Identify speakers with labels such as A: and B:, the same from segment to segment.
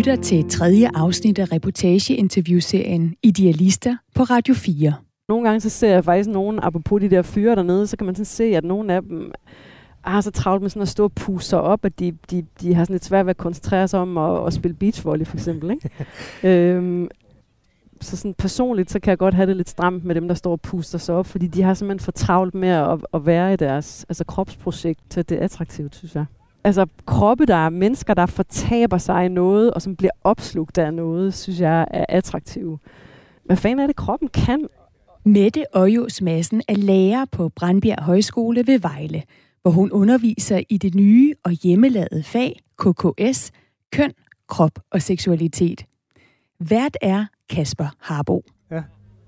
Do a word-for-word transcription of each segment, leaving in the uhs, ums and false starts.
A: lytter til tredje afsnit af reportageinterviewserien Idealister på Radio fire.
B: Nogle gange så ser jeg faktisk nogen, apropos de der fyre dernede, så kan man sådan se, at nogle af dem har så travlt med sådan at stå og puste sig op, at de, de, de har sådan lidt svært ved at koncentrere sig om at, at spille beachvolley for eksempel. Ikke? øhm, så sådan personligt, så kan jeg godt have det lidt stramt med dem, der står og puster sig op, fordi de har simpelthen for travlt med at, at være i deres altså kropsprojekt, så det er attraktivt, synes jeg. Altså kroppe, der er mennesker, der fortaber sig i noget, og som bliver opslugt af noget, synes jeg er attraktive. Hvad fanden er det, kroppen kan?
A: Mette Øjos Madsen er lærer på Brandbjerg Højskole ved Vejle, hvor hun underviser i det nye og hjemmelavede fag K K S, køn, krop og seksualitet. Vært er Kasper Harbo.
C: Ja.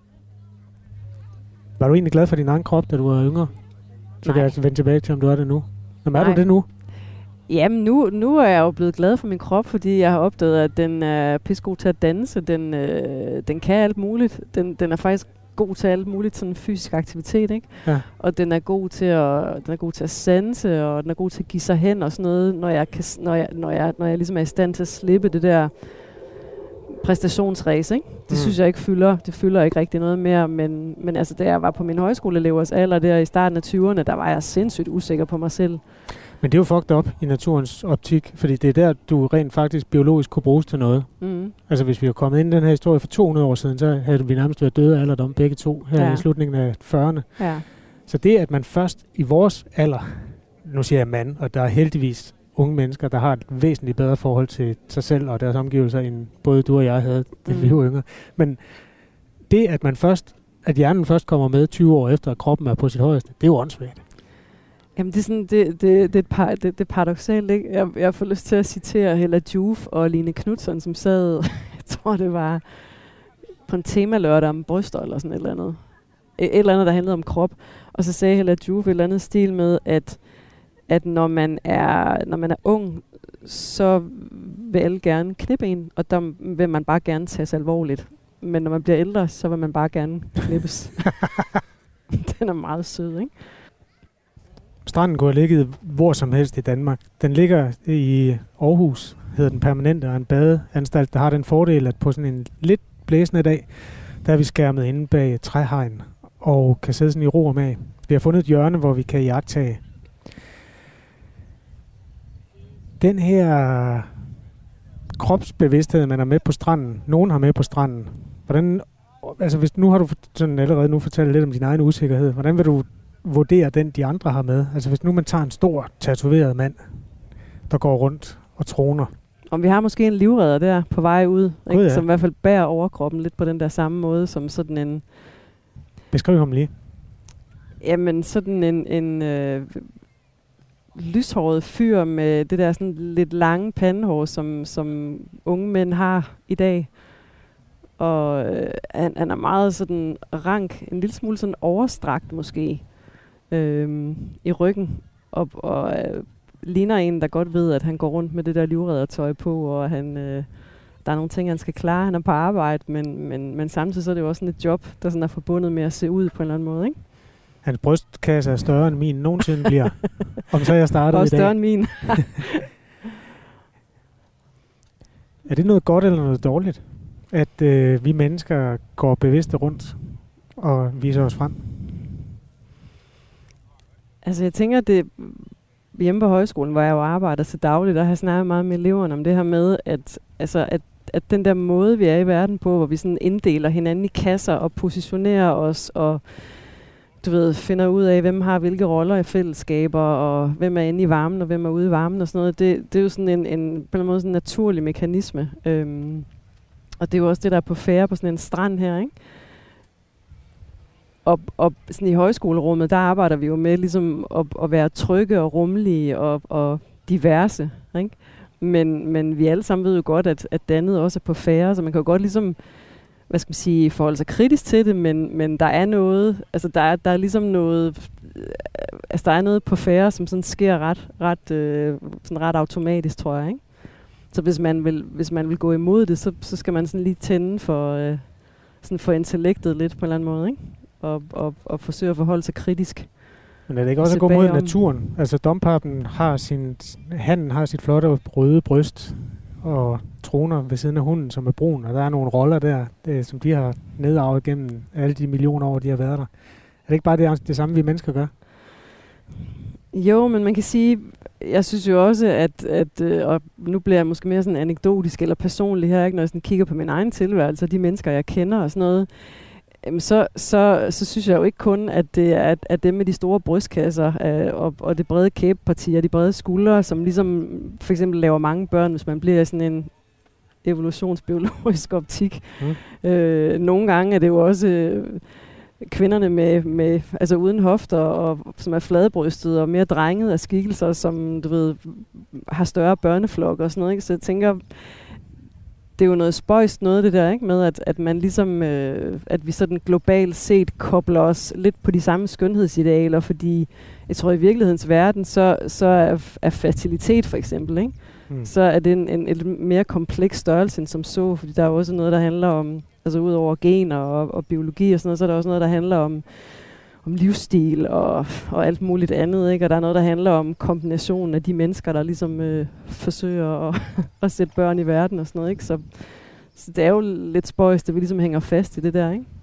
C: Var du egentlig glad for din egen krop, da du var yngre? Så kan jeg altså vende tilbage til, om du er det nu. Men er Nej. du det nu?
B: Jamen, nu, nu er jeg jo blevet glad for min krop, fordi jeg har opdaget, at den er pissegod til at danse. Den, øh, den kan alt muligt. Den, den er faktisk god til alt muligt sådan fysisk aktivitet, ikke? Ja. Og den er god til at den er god til at sanse, og den er god til at give sig hen og sådan noget, når jeg kan, når jeg når jeg når jeg ligesom er i stand til at slippe det der præstationsræs, ikke? Det mm. synes jeg ikke fylder, det fylder ikke rigtig noget mere, men men altså da jeg var på min højskoleelevers alder der i starten af tyverne, der var jeg sindssygt usikker på mig selv.
C: Men det er jo fucked up i naturens optik, fordi det er der, du rent faktisk biologisk kunne bruges til noget. Mm. Altså hvis vi var kommet ind i den her historie for to hundrede år siden, så havde vi nærmest været døde af alderdom begge to her ja. i slutningen af fyrrerne. Ja. Så det, at man først i vores alder, nu siger jeg mand, og der er heldigvis unge mennesker, der har et væsentligt bedre forhold til sig selv og deres omgivelser, end både du og jeg havde, da mm. vi var yngre. Men det, at man først, at hjernen først kommer med tyve år efter, at kroppen er på sit højeste, det er jo åndssvagt.
B: Jamen det er sådan, det, det, det, par, det, det er paradoksalt, ikke? Jeg, jeg får lyst til at citere Hella Juf og Line Knutzon, som sad, jeg tror det var på en temalørdag om bryster eller sådan et eller andet. Et eller andet, der handlede om krop. Og så sagde Hella Juf et eller andet stil med, at, at når, man er, når man er ung, så vil alle gerne knippe en, og der vil man bare gerne tages alvorligt. Men når man bliver ældre, så vil man bare gerne knippes. Den er meget sød, ikke?
C: Stranden kunne have ligget hvor som helst i Danmark. Den ligger i Aarhus, hedder den permanente, og en badeanstalt, der har den fordel, at på sådan en lidt blæsende dag, der er vi skærmet inde bag træhegn, og kan sidde sådan i ro og mag. Vi har fundet et hjørne, hvor vi kan iagttage. Den her kropsbevidsthed, man er med på stranden, nogen har med på stranden, hvordan, altså hvis nu har du sådan allerede nu fortalt lidt om din egen usikkerhed, hvordan vil du vurdere den, de andre har med? Altså hvis nu man tager en stor, tatoveret mand, der går rundt og troner.
B: Om vi har måske en livredder der på vej ud, ikke? God, ja. Som i hvert fald bærer overkroppen lidt på den der samme måde, som sådan en...
C: Beskriv ham lige.
B: Jamen sådan en, en øh, lyshåret fyr med det der sådan lidt lange pandehår, som, som unge mænd har i dag. Og øh, han, han er meget sådan rank, en lille smule sådan overstrakt måske. Øhm, i ryggen og, og øh, ligner en, der godt ved, at han går rundt med det der livreddertøj på, og han, øh, der er nogle ting, han skal klare. Han er på arbejde, men, men, men samtidig så er det jo også sådan et job, der sådan er forbundet med at se ud på en eller anden måde, ikke?
C: Hans brystkasse er større end min nogensinde bliver. Om så jeg startede i dag.
B: Og større end min.
C: Er det noget godt eller noget dårligt, at øh, vi mennesker går bevidste rundt og viser os frem?
B: Altså jeg tænker, det hjemme på højskolen, hvor jeg jo arbejder så dagligt, der har jeg snakket meget med eleverne om det her med, at, altså, at, at den der måde, vi er i verden på, hvor vi sådan inddeler hinanden i kasser og positionerer os, og du ved, finder ud af, hvem har hvilke roller i fællesskaber, og hvem er inde i varmen, og hvem er ude i varmen, og sådan noget. Det, det er jo sådan en, en, på en måde sådan en naturlig mekanisme. Øhm, og det er jo også det, der er på færre på sådan en strand her, ikke? Og, og sådan i højskolerummet, der arbejder vi jo med ligesom at, at være trygge og rummelige og, og diverse, ikke? Men, men vi alle sammen ved jo godt, at, at det andet også er på færre, så man kan jo godt ligesom, hvad skal man sige, forholde sig kritisk til det, men, men der er noget, altså der er, der er ligesom noget, altså der er noget på færre, som sådan sker ret, ret, øh, sådan ret automatisk, tror jeg, ikke? Så hvis man vil, hvis man vil gå imod det, så, så skal man sådan lige tænde for, øh, sådan for intellektet lidt på en eller anden måde, ikke? Og, og, og forsøge at forholde sig kritisk.
C: Men er det ikke også at gå mod naturen? Altså domparten har sin, hannen har sit flotte røde bryst, og troner ved siden af hunden, som er brun, og der er nogle roller der, det, som de har nedarvet gennem alle de millioner år, de har været der. Er det ikke bare det, det samme, vi mennesker gør?
B: Jo, men man kan sige, jeg synes jo også, at, at øh, og nu bliver jeg måske mere sådan anekdotisk eller personlig her, ikke, når jeg sådan kigger på min egen tilværelse, og de mennesker, jeg kender og sådan noget, jamen så, så, så synes jeg jo ikke kun, at det er at, at dem med de store brystkasser øh, og, og det brede kæbeparti og de brede skuldre, som ligesom for eksempel laver mange børn, hvis man bliver sådan en evolutionsbiologisk optik. Mm. Øh, nogle gange er det jo også øh, kvinderne med, med altså uden hofter og som er fladbrystet og mere drenget af skikkelser, som du ved har større børneflok og sådan noget, ikke? Så jeg tænker, det er jo noget spøjst noget det der, ikke, med at at man ligesom øh, at vi sådan globalt set kobler os lidt på de samme skønhedsidealer, fordi jeg tror i virkelighedens verden så så er, er fertilitet for eksempel, ikke? Mm. Så er det en, en, en mere kompleks størrelse end som så, fordi der er også noget der handler om, altså ud over gener og, og biologi og sådan noget, så er der også noget der handler om om livsstil og, og alt muligt andet, ikke? Og der er noget, der handler om kombinationen af de mennesker, der ligesom øh, forsøger at, at sætte børn i verden og sådan noget, ikke? Så, så det er jo lidt spøjst, at vi ligesom hænger fast i det der, ikke?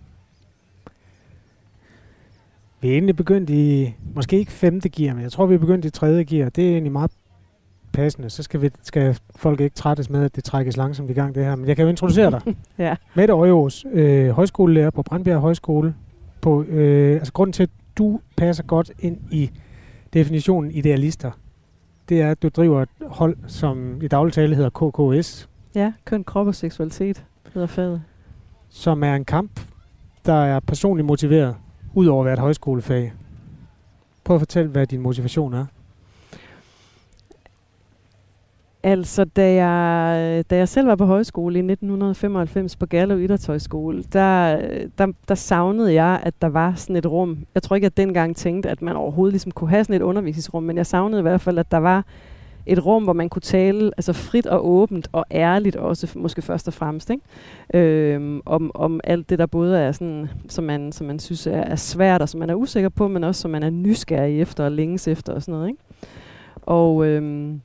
C: Vi er egentlig begyndt i, måske ikke femte gear, men jeg tror, vi er begyndt i tredje gear. Det er egentlig meget passende. Så skal, vi, skal folk ikke trættes med, at det trækkes langsomt i gang, det her. Men jeg kan jo introducere dig.
B: Ja.
C: Mette Øjås, øh, højskolelærer på Brandbjerg Højskole. På, øh, altså grunden til, at du passer godt ind i definitionen idealister, det er, at du driver et hold, som i daglig tale hedder K K S.
B: Ja, køn, krop og seksualitet hedder faget.
C: Som er en kamp, der er personligt motiveret, ud over at være et højskolefag. Prøv at fortælle, hvad din motivation er.
B: Altså, da jeg, da jeg selv var på højskole i nitten femoghalvfems på Gerlev Idrætshøjskole, der, der, der savnede jeg, at der var sådan et rum. Jeg tror ikke, at jeg dengang tænkte, at man overhovedet ligesom kunne have sådan et undervisningsrum, men jeg savnede i hvert fald, at der var et rum, hvor man kunne tale altså frit og åbent og ærligt også, måske først og fremmest, ikke? Øhm, om, om alt det, der både er sådan, som man, som man synes er, er svært, og som man er usikker på, men også som man er nysgerrig efter og længes efter og sådan noget, ikke? Og... Øhm,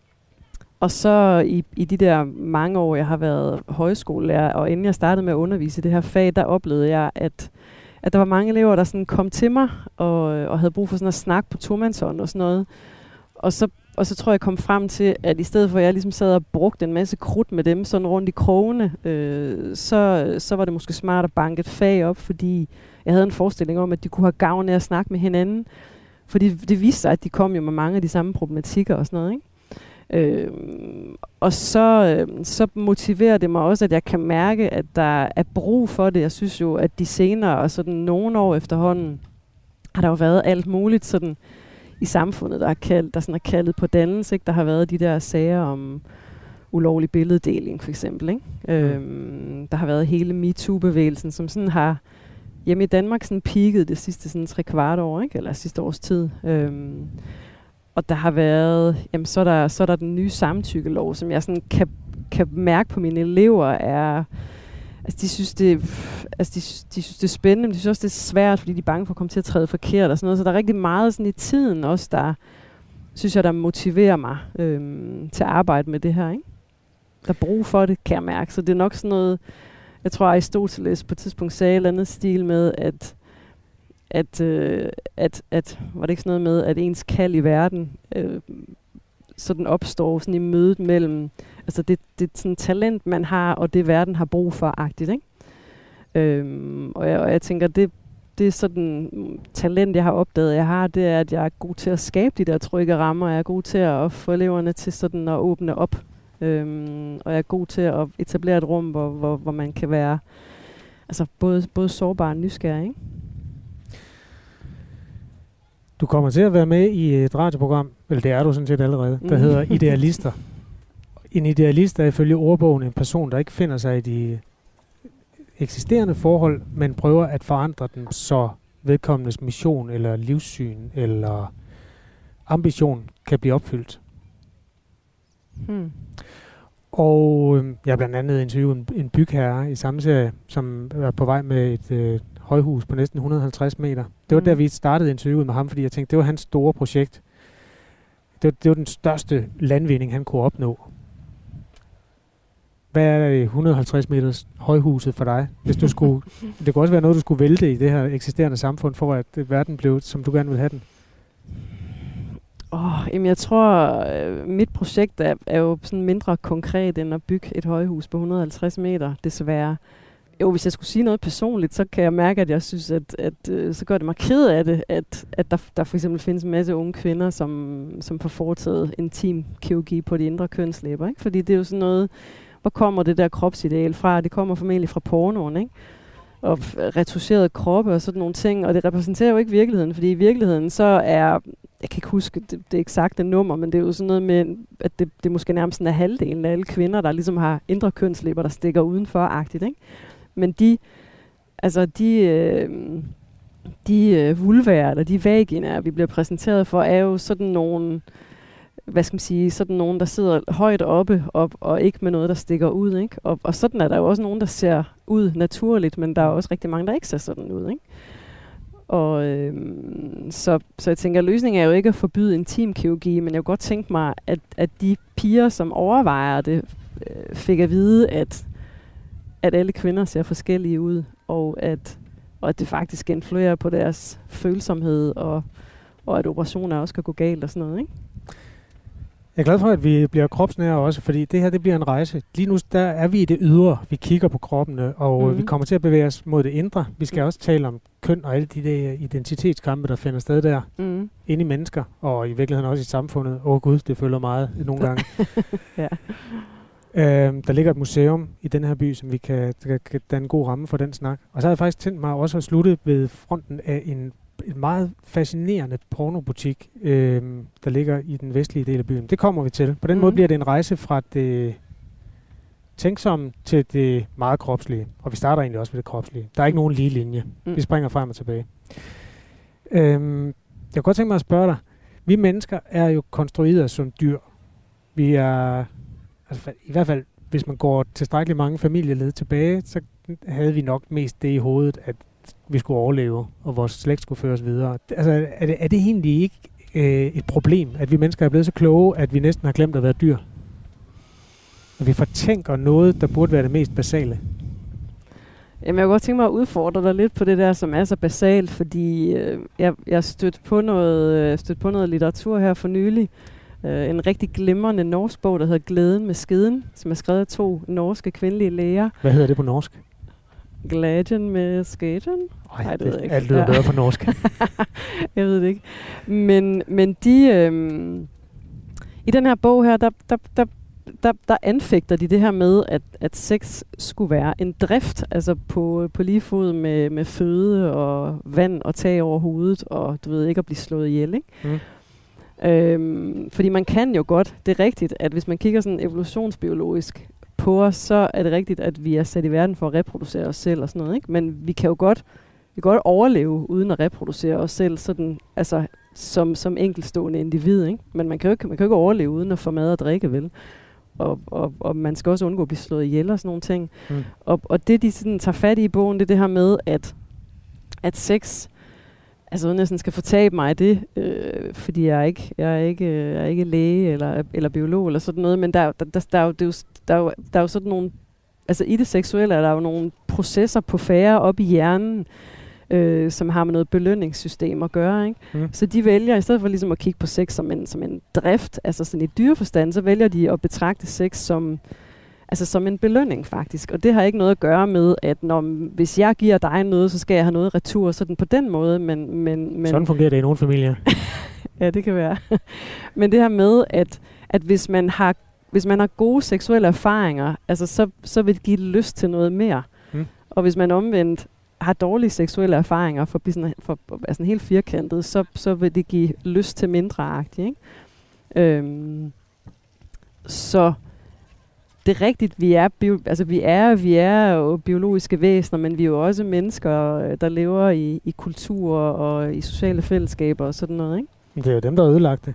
B: Og så i, i de der mange år, jeg har været højskolelærer, og inden jeg startede med at undervise i det her fag, der oplevede jeg, at, at der var mange elever, der sådan kom til mig og, og havde brug for sådan at snakke på tomandshånd og sådan noget. Og så, og så tror jeg, jeg kom frem til, at i stedet for, at jeg ligesom sad og brugte en masse krudt med dem sådan rundt i krogene, øh, så, så var det måske smart at banke et fag op, fordi jeg havde en forestilling om, at de kunne have gavn af at snakke med hinanden. Fordi det viste sig, at de kom jo med mange af de samme problematikker og sådan noget, ikke? Øh, og så, øh, så motiverer det mig også, at jeg kan mærke, at der er brug for det. Jeg synes jo, at de senere og sådan nogle år efterhånden har der jo været alt muligt sådan i samfundet, der er kaldt, der sådan er kaldet på dannelse, ikke? Der har været de der sager om ulovlig billeddeling for eksempel, ikke? Mm. Øh, der har været hele MeToo-bevægelsen, som sådan har hjemme i Danmark sådan peaked det sidste sådan tre kvart år, ikke? Eller sidste års tid. Øh, Og der har været, jamen så er der, så er der den nye samtykkelov, som jeg sådan kan, kan mærke på mine elever er, altså de synes det, altså de, de synes det er spændende, men de synes også det er svært, fordi de er bange for at komme til at træde forkert og sådan noget. Så der er rigtig meget sådan i tiden også, der synes jeg, der motiverer mig øhm, til at arbejde med det her, ikke? Der er brug for det, kan jeg mærke. Så det er nok sådan noget, jeg tror Aristoteles på et tidspunkt sagde et eller andet stil med, at At, øh, at, at, var det ikke sådan noget med, at ens kald i verden øh, sådan opstår sådan i mødet mellem, altså det, det sådan talent, man har, og det verden har brug for-agtigt, ikke? Øhm, og, jeg, og jeg tænker, det, det er sådan talent, jeg har opdaget, jeg har, det er, at jeg er god til at skabe de der trygge rammer, jeg er god til at få eleverne til sådan at åbne op, øhm, og jeg er god til at etablere et rum, hvor, hvor, hvor man kan være altså både, både sårbar og nysgerrig, ikke?
C: Du kommer til at være med i et radioprogram, eller det er du sådan set allerede, der mm. hedder Idealister. En idealist er ifølge ordbogen en person, der ikke finder sig i de eksisterende forhold, men prøver at forandre dem, så vedkommendes mission eller livssyn eller ambition kan blive opfyldt. Hmm. Og øh, jeg har blandt andet interviewet en, en bygherre i samme serie, som er på vej med et øh, højhus på næsten et hundrede og halvtreds meter. Det var mm. der, vi startede interviewet med ham, fordi jeg tænkte, det var hans store projekt. Det var, det var den største landvinding, han kunne opnå. hvad er et hundrede og halvtreds meters højhuset for dig? Hvis du skulle, det kunne også være noget, du skulle vælte i det her eksisterende samfund, for at verden blev, som du gerne vil have den.
B: Oh, jamen jeg tror, øh, mit projekt er, er jo sådan mindre konkret end at bygge et højhus på hundrede og halvtreds meter, desværre. Jo, hvis jeg skulle sige noget personligt, så kan jeg mærke, at jeg synes, at, at øh, så gør det mig ked af det, at, at der, der for eksempel findes en masse unge kvinder, som, som får foretaget intim kirurgi på de indre kønslæber, ikke? Fordi det er jo sådan noget, hvor kommer det der kropsideal fra? Det kommer formentlig fra pornoen, ikke? Og retuscherede kroppe og sådan nogle ting, og det repræsenterer jo ikke virkeligheden, fordi i virkeligheden så er, jeg kan ikke huske det, det eksakte nummer, men det er jo sådan noget med, at det, det måske nærmest er halvdelen af alle kvinder, der ligesom har indre kønslæber, der stikker udenfor-agtigt, ikke? Men de, altså de, øh, de øh, vulvaer, eller de vaginaer, vi bliver præsenteret for, er jo sådan nogle, hvad skal man sige, sådan nogen, der sidder højt oppe op, og ikke med noget, der stikker ud, ikke? Og, og sådan er der jo også nogen, der ser ud naturligt, men der er også rigtig mange, der ikke ser sådan ud, ikke? Og øhm, så, så jeg tænker, at løsningen er jo ikke at forbyde intimkirurgi, men jeg kunne godt tænke mig, at, at de piger, som overvejer det, øh, fik at vide, at, at alle kvinder ser forskellige ud, og at, og at det faktisk influerer på deres følsomhed, og, og at operationer også kan gå galt og sådan noget, ikke?
C: Jeg er glad for, at vi bliver kropsnære også, fordi det her det bliver en rejse. Lige nu der er vi i det ydre. Vi kigger på kroppene, og mm-hmm. vi kommer til at bevæge os mod det indre. Vi skal mm. også tale om køn og alle de der identitetskampe, der finder sted der. Mm. Inde i mennesker, og i virkeligheden også i samfundet. Åh oh, gud, det følger meget nogle gange. ja. øhm, der ligger et museum i den her by, som vi kan, kan, kan danne en god ramme for den snak. Og så har jeg faktisk tænkt mig også at slutte ved fronten af en en meget fascinerende pornobutik, øh, der ligger i den vestlige del af byen. Det kommer vi til. På den mm. måde bliver det en rejse fra det tænksomme til det meget kropslige. Og vi starter egentlig også ved det kropslige. Der er ikke nogen lige linje. Mm. Vi springer frem og tilbage. Øh, jeg kunne godt tænke mig at spørge dig. Vi mennesker er jo konstrueret som dyr. Vi er, altså i hvert fald, hvis man går tilstrækkeligt mange familieled tilbage, så havde vi nok mest det i hovedet, at vi skulle overleve, og vores slægt skulle føres videre. Altså, er det, er det egentlig ikke øh, et problem, at vi mennesker er blevet så kloge, at vi næsten har glemt at være dyr? At vi fortænker noget, der burde være det mest basale?
B: Jamen, jeg kunne godt tænke mig at udfordre dig lidt på det der, som er så basalt, fordi øh, jeg, jeg stødte på noget, stødte på noget litteratur her for nylig. Øh, en rigtig glimrende norsk bog, der hedder Glæden med skeden, som er skrevet af to norske kvindelige læger.
C: Hvad hedder det på norsk?
B: Glæden med skaten?
C: Nej, det, det ikke. Alt lyder ja. bedre på norsk.
B: Jeg ved det ikke. Men, men de, øhm, i den her bog her, der, der, der, der, der anfægter de det her med, at, at sex skulle være en drift, altså på, på lige fod med, med føde og vand og tag over hovedet, og du ved ikke at blive slået ihjel, ikke? Mm. Øhm, fordi man kan jo godt, det er rigtigt, at hvis man kigger sådan evolutionsbiologisk på os, så er det rigtigt, at vi er sat i verden for at reproducere os selv og sådan noget, ikke? Men vi kan jo godt, vi kan godt overleve uden at reproducere os selv sådan, altså som, som enkeltstående individ, ikke? Men man kan jo ikke, man kan jo ikke overleve uden at få mad og drikke, vel? Og, og, og man skal også undgå at blive slået ihjel og sådan nogle ting. Mm. Og, og det, de sådan tager fat i i bogen, det er det her med, at, at sex, altså uden jeg sådan skal fortabe mig af det, øh, fordi jeg er ikke, jeg er ikke, jeg er ikke læge eller, eller biolog eller sådan noget, men der, der, der, der, er jo, det er jo, der, er jo, der er jo sådan nogle, altså i det seksuelle er der jo nogle processer på færre op i hjernen, øh, som har med noget belønningssystem at gøre, ikke? Mm. Så de vælger, i stedet for ligesom at kigge på sex som en, som en drift, altså sådan i dyreforstand, så vælger de at betragte sex som, altså som en belønning faktisk. Og det har ikke noget at gøre med, at når, hvis jeg giver dig noget, så skal jeg have noget retur, sådan på den måde. Men, men, men
C: sådan fungerer det i nogle familier.
B: Ja, det kan være. Men det her med, at, at hvis man har hvis man har gode seksuelle erfaringer, altså så, så vil det give lyst til noget mere. Mm. Og hvis man omvendt har dårlige seksuelle erfaringer, for at blive sådan, for, altså helt firkantet, så, så vil det give lyst til mindreagtigt, ikke? Øhm, så det er rigtigt, vi er, bio, altså vi er, vi er jo biologiske væsener, men vi er jo også mennesker, der lever i, i kultur og i sociale fællesskaber og sådan noget, ikke?
C: Det er jo dem, der har ødelagt det.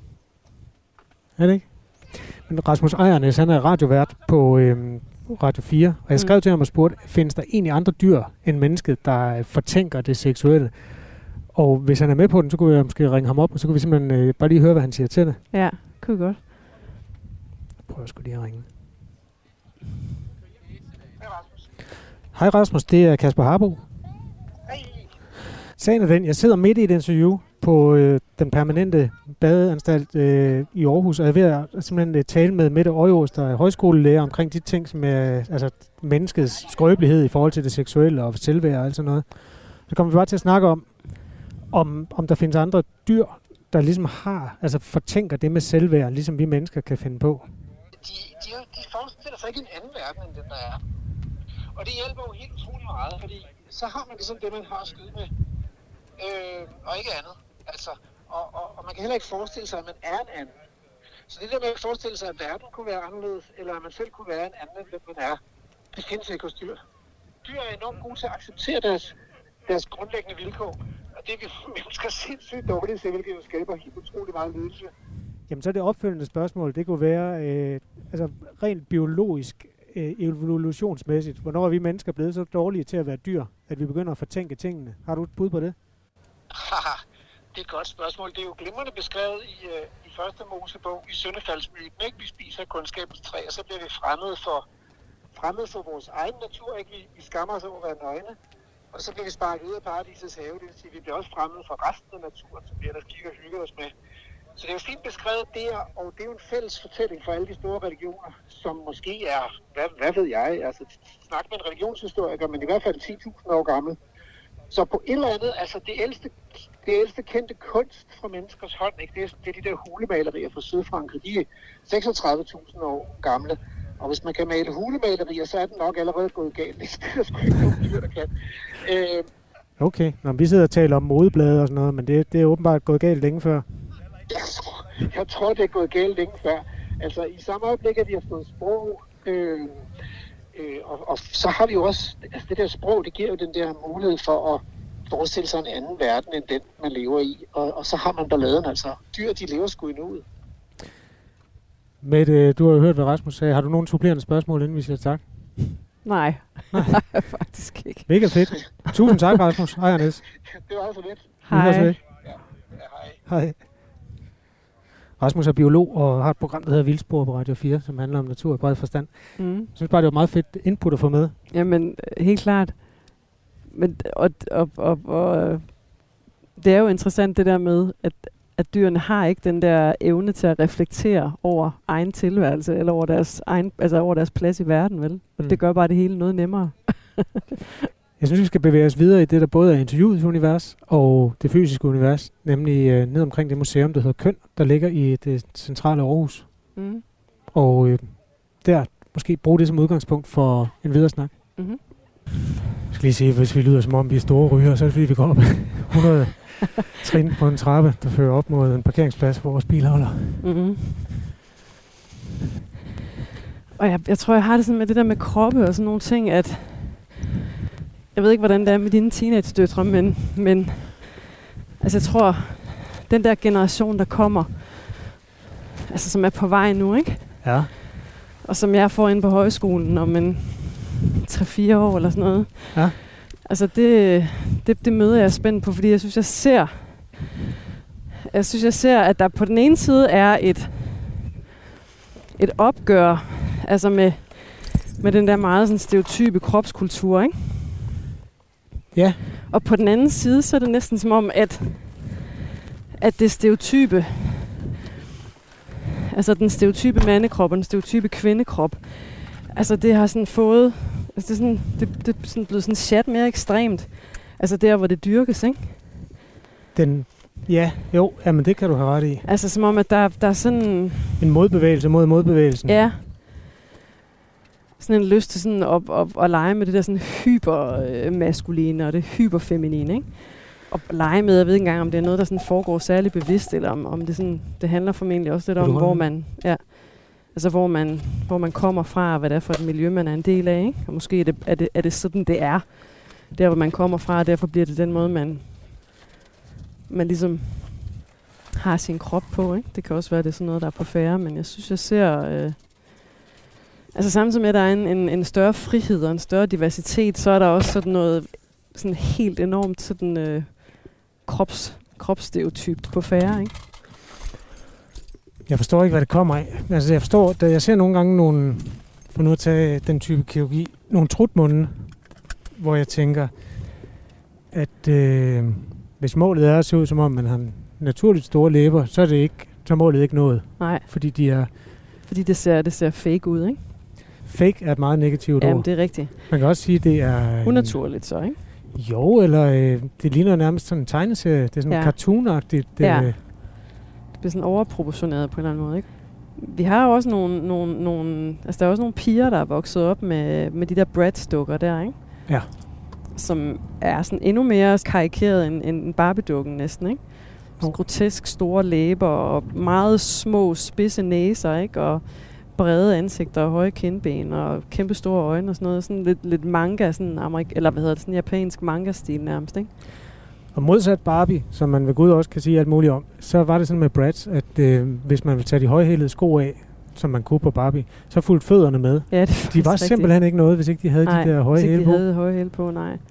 C: Er det ikke? Men Rasmus Ejernes, han er radiovært på øhm, Radio fire, og jeg skrev mm. til ham og spurgte, findes der egentlig andre dyr end mennesket, der fortænker det seksuelle? Og hvis han er med på den, så kunne jeg måske ringe ham op, og så kunne vi simpelthen øh, bare lige høre, hvad han siger til det.
B: Ja, kunne godt.
C: Prøv at skulle lige ringe. Hej Rasmus, det er Kasper Harbo.
D: Hej.
C: Sagen er den, jeg sidder midt i et interview på øh, den permanente badeanstalt øh, i Aarhus, og jeg er ved at simpelthen øh, tale med Mette Øjås, der er højskolelærer, omkring de ting, som er altså, menneskets skrøbelighed i forhold til det seksuelle og selvværd og alt sådan noget. Så kommer vi bare til at snakke om, om, om der findes andre dyr, der ligesom har, altså fortænker det med selvværd, ligesom vi mennesker kan finde på.
D: De, de, de forestiller sig ikke en anden verden, end den der er. Og det hjælper jo helt utrolig meget, fordi så har man ligesom det, man har at skyde med. Øh, og ikke andet. Altså, og, og, og man kan heller ikke forestille sig, at man er en anden. Så det der med at forestille sig, at verden kunne være anderledes, eller at man selv kunne være en anden, end hvem man er, det findes ikke hos dyr. Dyr er enormt gode til at acceptere deres, deres grundlæggende vilkår. Og det er vi mennesker sindssygt dårligt til, hvilket jo skaber helt utrolig meget lidelse.
C: Jamen så er det opfølgende spørgsmål, det kunne være, øh, altså rent biologisk, øh, evolutionsmæssigt, hvornår er vi mennesker blevet så dårlige til at være dyr, at vi begynder at fortænke tingene? Har du et bud på det?
D: Haha, det er et godt spørgsmål. Det er jo glimrende beskrevet i, øh, i første Mosebog i syndefaldsmyten, ikke? Vi spiser kundskabens træ, og så bliver vi fremmede for, fremmede for vores egen natur, ikke? Vi, vi skammer os over at være nøgne, og så bliver vi sparket ud af paradisets have, det vil sige, at vi bliver også fremmede for resten af naturen, så bliver der kigger og hygger os med. Så det er jo fint beskrevet der, og det er jo en fælles fortælling for alle de store religioner, som måske er, hvad, hvad ved jeg, altså snak med en religionshistoriker, men i hvert fald ti tusind år gammel. Så på et eller andet, altså det ældste, det ældste kendte kunst fra menneskers hånd, ikke? Det, er, det er de der hulemalerier fra Sydfrankrig, de er seksogtredive tusind år gamle. Og hvis man kan male hulemalerier, så er den nok allerede gået galt. Det er sgu ikke nogen dyr, der kan. Øh,
C: okay, når vi sidder og taler om modeblade og sådan noget, men det, det er åbenbart gået galt længe før.
D: Jeg tror, jeg tror, det er gået galt længe før. Altså i samme øjeblik, at vi har fået sprog, øh, øh, og, og så har vi jo også, altså det der sprog, det giver jo den der mulighed for at forestille sig en anden verden, end den, man lever i. Og, og så har man balladen, altså. Dyr, de lever sgu endnu ud.
C: Mette, du har jo hørt, hvad Rasmus sagde. Har du nogle supplerende spørgsmål, inden vi siger tak?
B: Nej, Nej. faktisk ikke.
C: Mega fedt. Tusind tak, Rasmus. Hej, Anders.
D: Det var også lidt.
B: Hej.
D: Ja, ja, hej.
C: Hej. Rasmus er biolog og har et program, der hedder Vildspor på Radio fire, som handler om natur i bred forstand. Mm. Jeg synes bare, det var meget fedt input at få med.
B: Jamen, helt klart. Men, og, og, og, og det er jo interessant det der med, at, at dyrene har ikke den der evne til at reflektere over egen tilværelse, eller over deres, egen, altså over deres plads i verden, vel? Og mm. det gør bare det hele noget nemmere.
C: Jeg synes, vi skal bevæge os videre i det, der både er interviewets univers og det fysiske univers, nemlig øh, ned omkring det museum, der hedder Køn, der ligger i det centrale Aarhus. Mm. Og øh, der måske bruge det som udgangspunkt for en videre snak. Mm-hmm. Jeg skal lige se, hvis vi lyder som om vi er store ryger, så er det fordi, vi går op hundrede trin på en trappe, der fører op mod en parkeringsplads, hvor vores bil holder. Mm-hmm.
B: Og jeg, jeg tror, jeg har det sådan med det der med kroppe og sådan nogle ting, at jeg ved ikke, hvordan det er med dine teenage-døtre, men, men altså, jeg tror, den der generation, der kommer, altså som er på vej nu, ikke?
C: Ja.
B: Og som jeg får ind på højskolen om en tre fire år eller sådan noget.
C: Ja.
B: Altså, det, det, det møder jeg spændt på, fordi jeg synes, jeg ser, jeg synes, jeg ser, at der på den ene side er et, et opgør, altså med, med den der meget sådan stereotype kropskultur, ikke?
C: Ja.
B: Og på den anden side, så er det næsten som om, at, at det stereotype, altså den stereotype mandekrop og den stereotype kvindekrop, altså det har sådan fået, altså det er sådan, det, det er sådan blevet sådan chat mere ekstremt, altså der, hvor det dyrkes, ikke?
C: Den, ja, jo, jamen det kan du have ret i.
B: Altså som om, at der, der er sådan
C: en modbevægelse mod modbevægelsen.
B: Ja. Sådan en lyst til sådan at, at, at lege med det der sådan hypermaskuline og det hyperfeminine, ikke? Og lege med, jeg ved ikke engang, om det er noget, der sådan foregår særlig bevidst, eller om, om det sådan, det handler formentlig også lidt om, hvor man, ja, altså hvor man, hvor man kommer fra, og hvad det er for et miljø, man er en del af, ikke? Og måske er det, er det, er det sådan, det er, der hvor man kommer fra, og derfor bliver det den måde, man, man ligesom har sin krop på, ikke? Det kan også være, det er sådan noget, der er på færre, men jeg synes, jeg ser Øh, altså samtidig med, at der er en, en, en større frihed og en større diversitet, så er der også sådan noget sådan helt enormt sådan øh, krops, kropsstereotypt på færre, ikke?
C: Jeg forstår ikke, hvad det kommer af. Altså jeg forstår, da jeg ser nogle gange nogle for nu at tage den type kirurgi, nogle trutmunde, hvor jeg tænker, at øh, hvis målet er at se ud, som om man har naturligt store læber, så er det ikke, så er målet ikke nået.
B: Nej.
C: Fordi de er...
B: Fordi det ser, det ser fake ud, ikke?
C: Fake er et meget negativt
B: Jamen,
C: ord.
B: det er rigtigt.
C: Man kan også sige, at det er...
B: Unaturligt så, ikke?
C: Jo, eller øh, det ligner nærmest sådan en tegneserie. Det er sådan ja. cartoonagtigt. Det,
B: ja. Det bliver sådan overproportioneret på en eller anden måde, ikke? Vi har jo også nogle, nogle, nogle... Altså, der er også nogle piger, der er vokset op med, med de der Bratz-dukker der, ikke?
C: Ja.
B: Som er sådan endnu mere karikeret end, end Barbie-dukken næsten, ikke? Sådan grotesk store læber og meget små spidse næser, ikke? Og brede ansigter og høje kindben og kæmpe store øjne og sådan noget. Sådan lidt, lidt manga, sådan amerik- eller hvad hedder det, sådan japansk manga-stil nærmest, ikke?
C: Og modsat Barbie, som man ved Gud også kan sige alt muligt om, så var det sådan med Bratz, at øh, hvis man ville tage de højhælede sko af, som man kunne på Barbie, så fulgte fødderne med.
B: Ja, det
C: de var
B: rigtigt.
C: Simpelthen ikke noget, hvis ikke de havde
B: nej,
C: de der høje hæle på.
B: Nej, hvis ikke de havde høje hæle på, nej.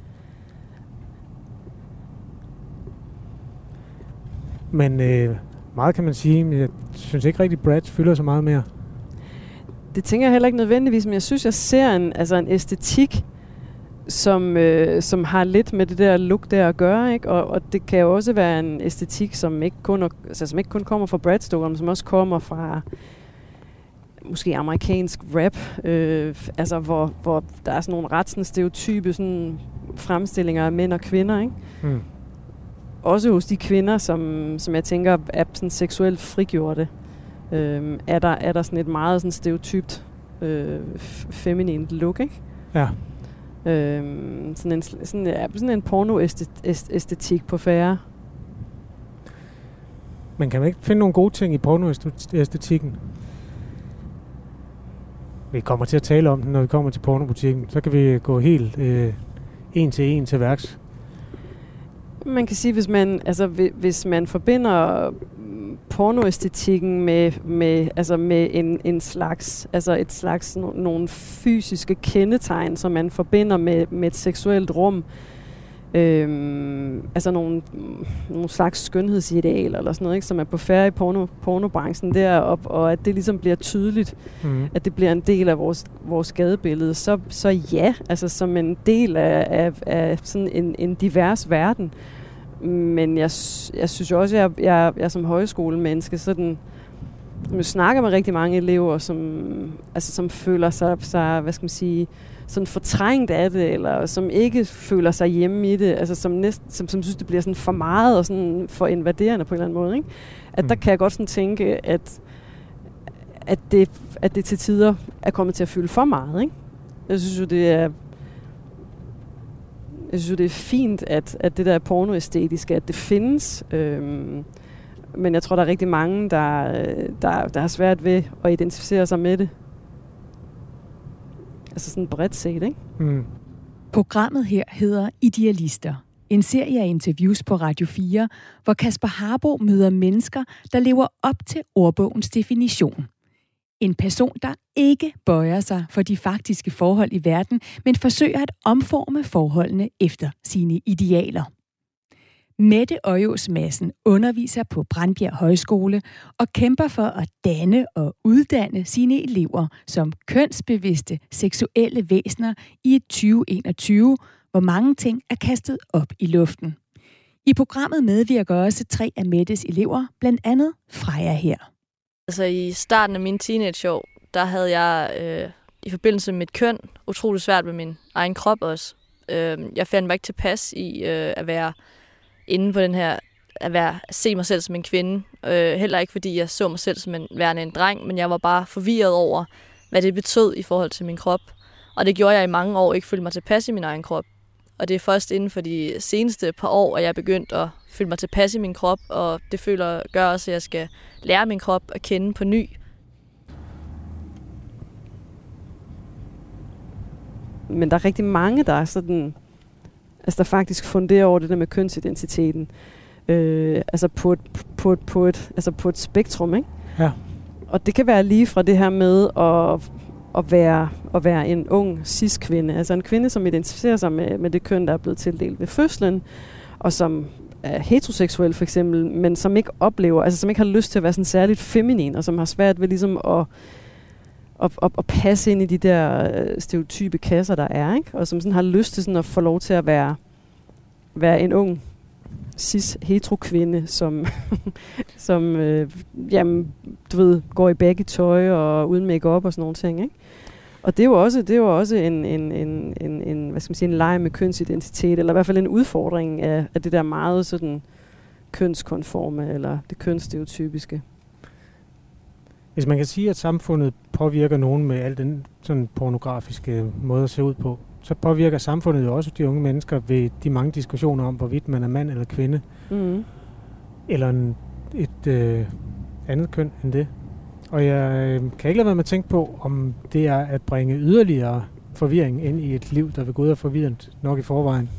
C: Men øh, meget kan man sige, men jeg synes ikke rigtig, Bratz fylder så meget mere.
B: Det tænker jeg heller ikke nødvendigvis, men jeg synes, jeg ser en, altså en æstetik, som, øh, som har lidt med det der look der at gøre, ikke? Og, og det kan jo også være en æstetik, som ikke kun, er, altså, som ikke kun kommer fra Bratz-dukker, men som også kommer fra måske amerikansk rap, øh, altså hvor, hvor der er sådan nogle ret sådan stereotype sådan fremstillinger af mænd og kvinder, ikke? Mm. Også hos de kvinder, som, som jeg tænker er sådan seksuelt frigjorte, øh, er, der, er der sådan et meget sådan stereotypt øh, feminint look, ikke?
C: Ja.
B: Øh, sådan en, sådan, ja, sådan en porno-æstetik på færre.
C: Men kan man ikke finde nogle gode ting i pornoæstetikken? Vi kommer til at tale om den, når vi kommer til pornobutikken. Så kan vi gå helt øh, en til en til værks.
B: Man kan sige, hvis man, altså, hvis man forbinder pornoæstetikken med, med, altså med en, en slags, altså et slags no, nogle fysiske kendetegn, som man forbinder med, med et seksuelt rum, øhm, altså nogle, nogle slags skønhedsideal eller sådan noget, ikke, som er på færre i porno, pornobranchen derop, og at det ligesom bliver tydeligt, mm. at det bliver en del af vores, vores gadebillede, så, så ja, altså som en del af, af, af sådan en, en divers verden. Men jeg, jeg synes også, at jeg, jeg, jeg som højskolemenneske sådan, jeg snakker med rigtig mange elever, som, altså, som føler sig, sig, hvad skal man sige, sådan fortrængt af det, eller som ikke føler sig hjemme i det, altså som, næsten, som, som synes, det bliver sådan for meget og sådan for invaderende på en eller anden måde, ikke? At mm. der kan jeg godt sådan tænke, at, at, det, at det til tider er kommet til at fylde for meget, ikke? Jeg synes jo, det er Jeg synes jo, det er fint, at, at det der pornoæstetiske, at det findes. Øhm, men jeg tror, der er rigtig mange, der, der, der har svært ved at identificere sig med det. Altså sådan bredt set, ikke? Mm.
A: Programmet her hedder Idealister. En serie af interviews på Radio fire, hvor Kasper Harbo møder mennesker, der lever op til ordbogens definition. En person, der ikke bøjer sig for de faktiske forhold i verden, men forsøger at omforme forholdene efter sine idealer. Mette Øjås Madsen underviser på Brandbjerg Højskole og kæmper for at danne og uddanne sine elever som kønsbevidste seksuelle væsener i et tyve enogtyve, hvor mange ting er kastet op i luften. I programmet medvirker også tre af Mettes elever, blandt andet Freja her.
E: Altså i starten af mine teenageår, der havde jeg øh, i forbindelse med mit køn utrolig svært med min egen krop også. Øh, jeg fandt mig ikke tilpas i øh, at være inde på den her, at, være, at se mig selv som en kvinde. Øh, heller ikke fordi jeg så mig selv som en værende en dreng, men jeg var bare forvirret over, hvad det betød i forhold til min krop. Og det gjorde jeg i mange år, ikke følte mig tilpas i min egen krop. Og det er først inden for de seneste par år, at jeg er begyndt at føle mig tilpas i min krop, og det føler gør også, at jeg skal lære min krop at kende på ny.
B: Men der er rigtig mange, der er sådan, altså der faktisk funderer over det der med kønsidentiteten, øh, altså på et, på et, på et, altså på et spektrum, ikke?
C: Ja.
B: Og det kan være lige fra det her med at at være, at være en ung cis-kvinde. Altså en kvinde, som identificerer sig med, med det køn, der er blevet tildelt ved fødslen, og som er heteroseksuel for eksempel, men som ikke oplever, altså som ikke har lyst til at være sådan særligt feminin, og som har svært ved ligesom at, at, at, at passe ind i de der øh, stereotype kasser, der er, ikke? Og som sådan har lyst til sådan at få lov til at være, være en ung cis-hetero-kvinde, som, som øh, jamen, du ved, går i baggy tøj og uden make-up og sådan nogle ting, ikke? Og det er jo også, det er jo også en, en, en, en, en, hvad skal man sige, en leg med kønsidentitet, eller i hvert fald en udfordring af, af det der meget sådan kønskonforme, eller det kønsstereotypiske.
C: Hvis man kan sige, at samfundet påvirker nogen med al den sådan pornografiske måde at se ud på, så påvirker samfundet jo også de unge mennesker ved de mange diskussioner om, hvorvidt man er mand eller kvinde, mm. eller en, et øh, andet køn end det. Og jeg øh, kan ikke lade være med at tænke på, om det er at bringe yderligere forvirring ind i et liv, der vil gå ud af forvirrende nok i forvejen.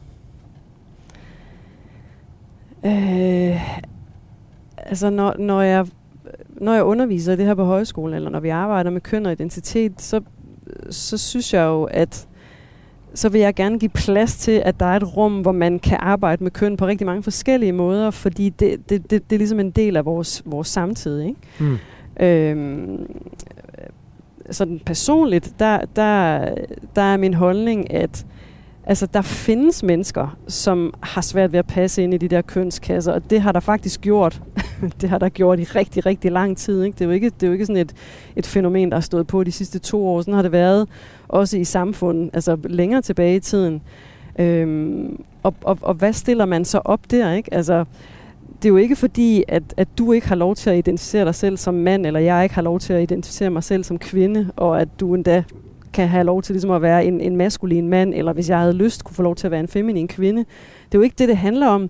B: Øh, altså, når, når, jeg, når jeg underviser det her på højskolen, eller når vi arbejder med køn og identitet, så, så synes jeg jo, at så vil jeg gerne give plads til, at der er et rum, hvor man kan arbejde med køn på rigtig mange forskellige måder, fordi det, det, det, det er ligesom en del af vores, vores samtid, ikke? Mm. Øhm, sådan personligt, der, der, der er min holdning, at altså, der findes mennesker, som har svært ved at passe ind i de der kønskasser, og det har der faktisk gjort. Det har der gjort i rigtig, rigtig lang tid, ikke? Det er jo ikke, det er jo ikke sådan et, et fænomen, der har stået på de sidste to år. Sådan har det været også i samfundet, altså længere tilbage i tiden. Øhm, og, og, og hvad stiller man så op der, ikke? Altså, det er jo ikke fordi, at, at du ikke har lov til at identificere dig selv som mand, eller jeg ikke har lov til at identificere mig selv som kvinde, og at du endda kan have lov til ligesom at være en, en maskulin mand, eller hvis jeg havde lyst, kunne få lov til at være en feminin kvinde. Det er jo ikke det, det handler om.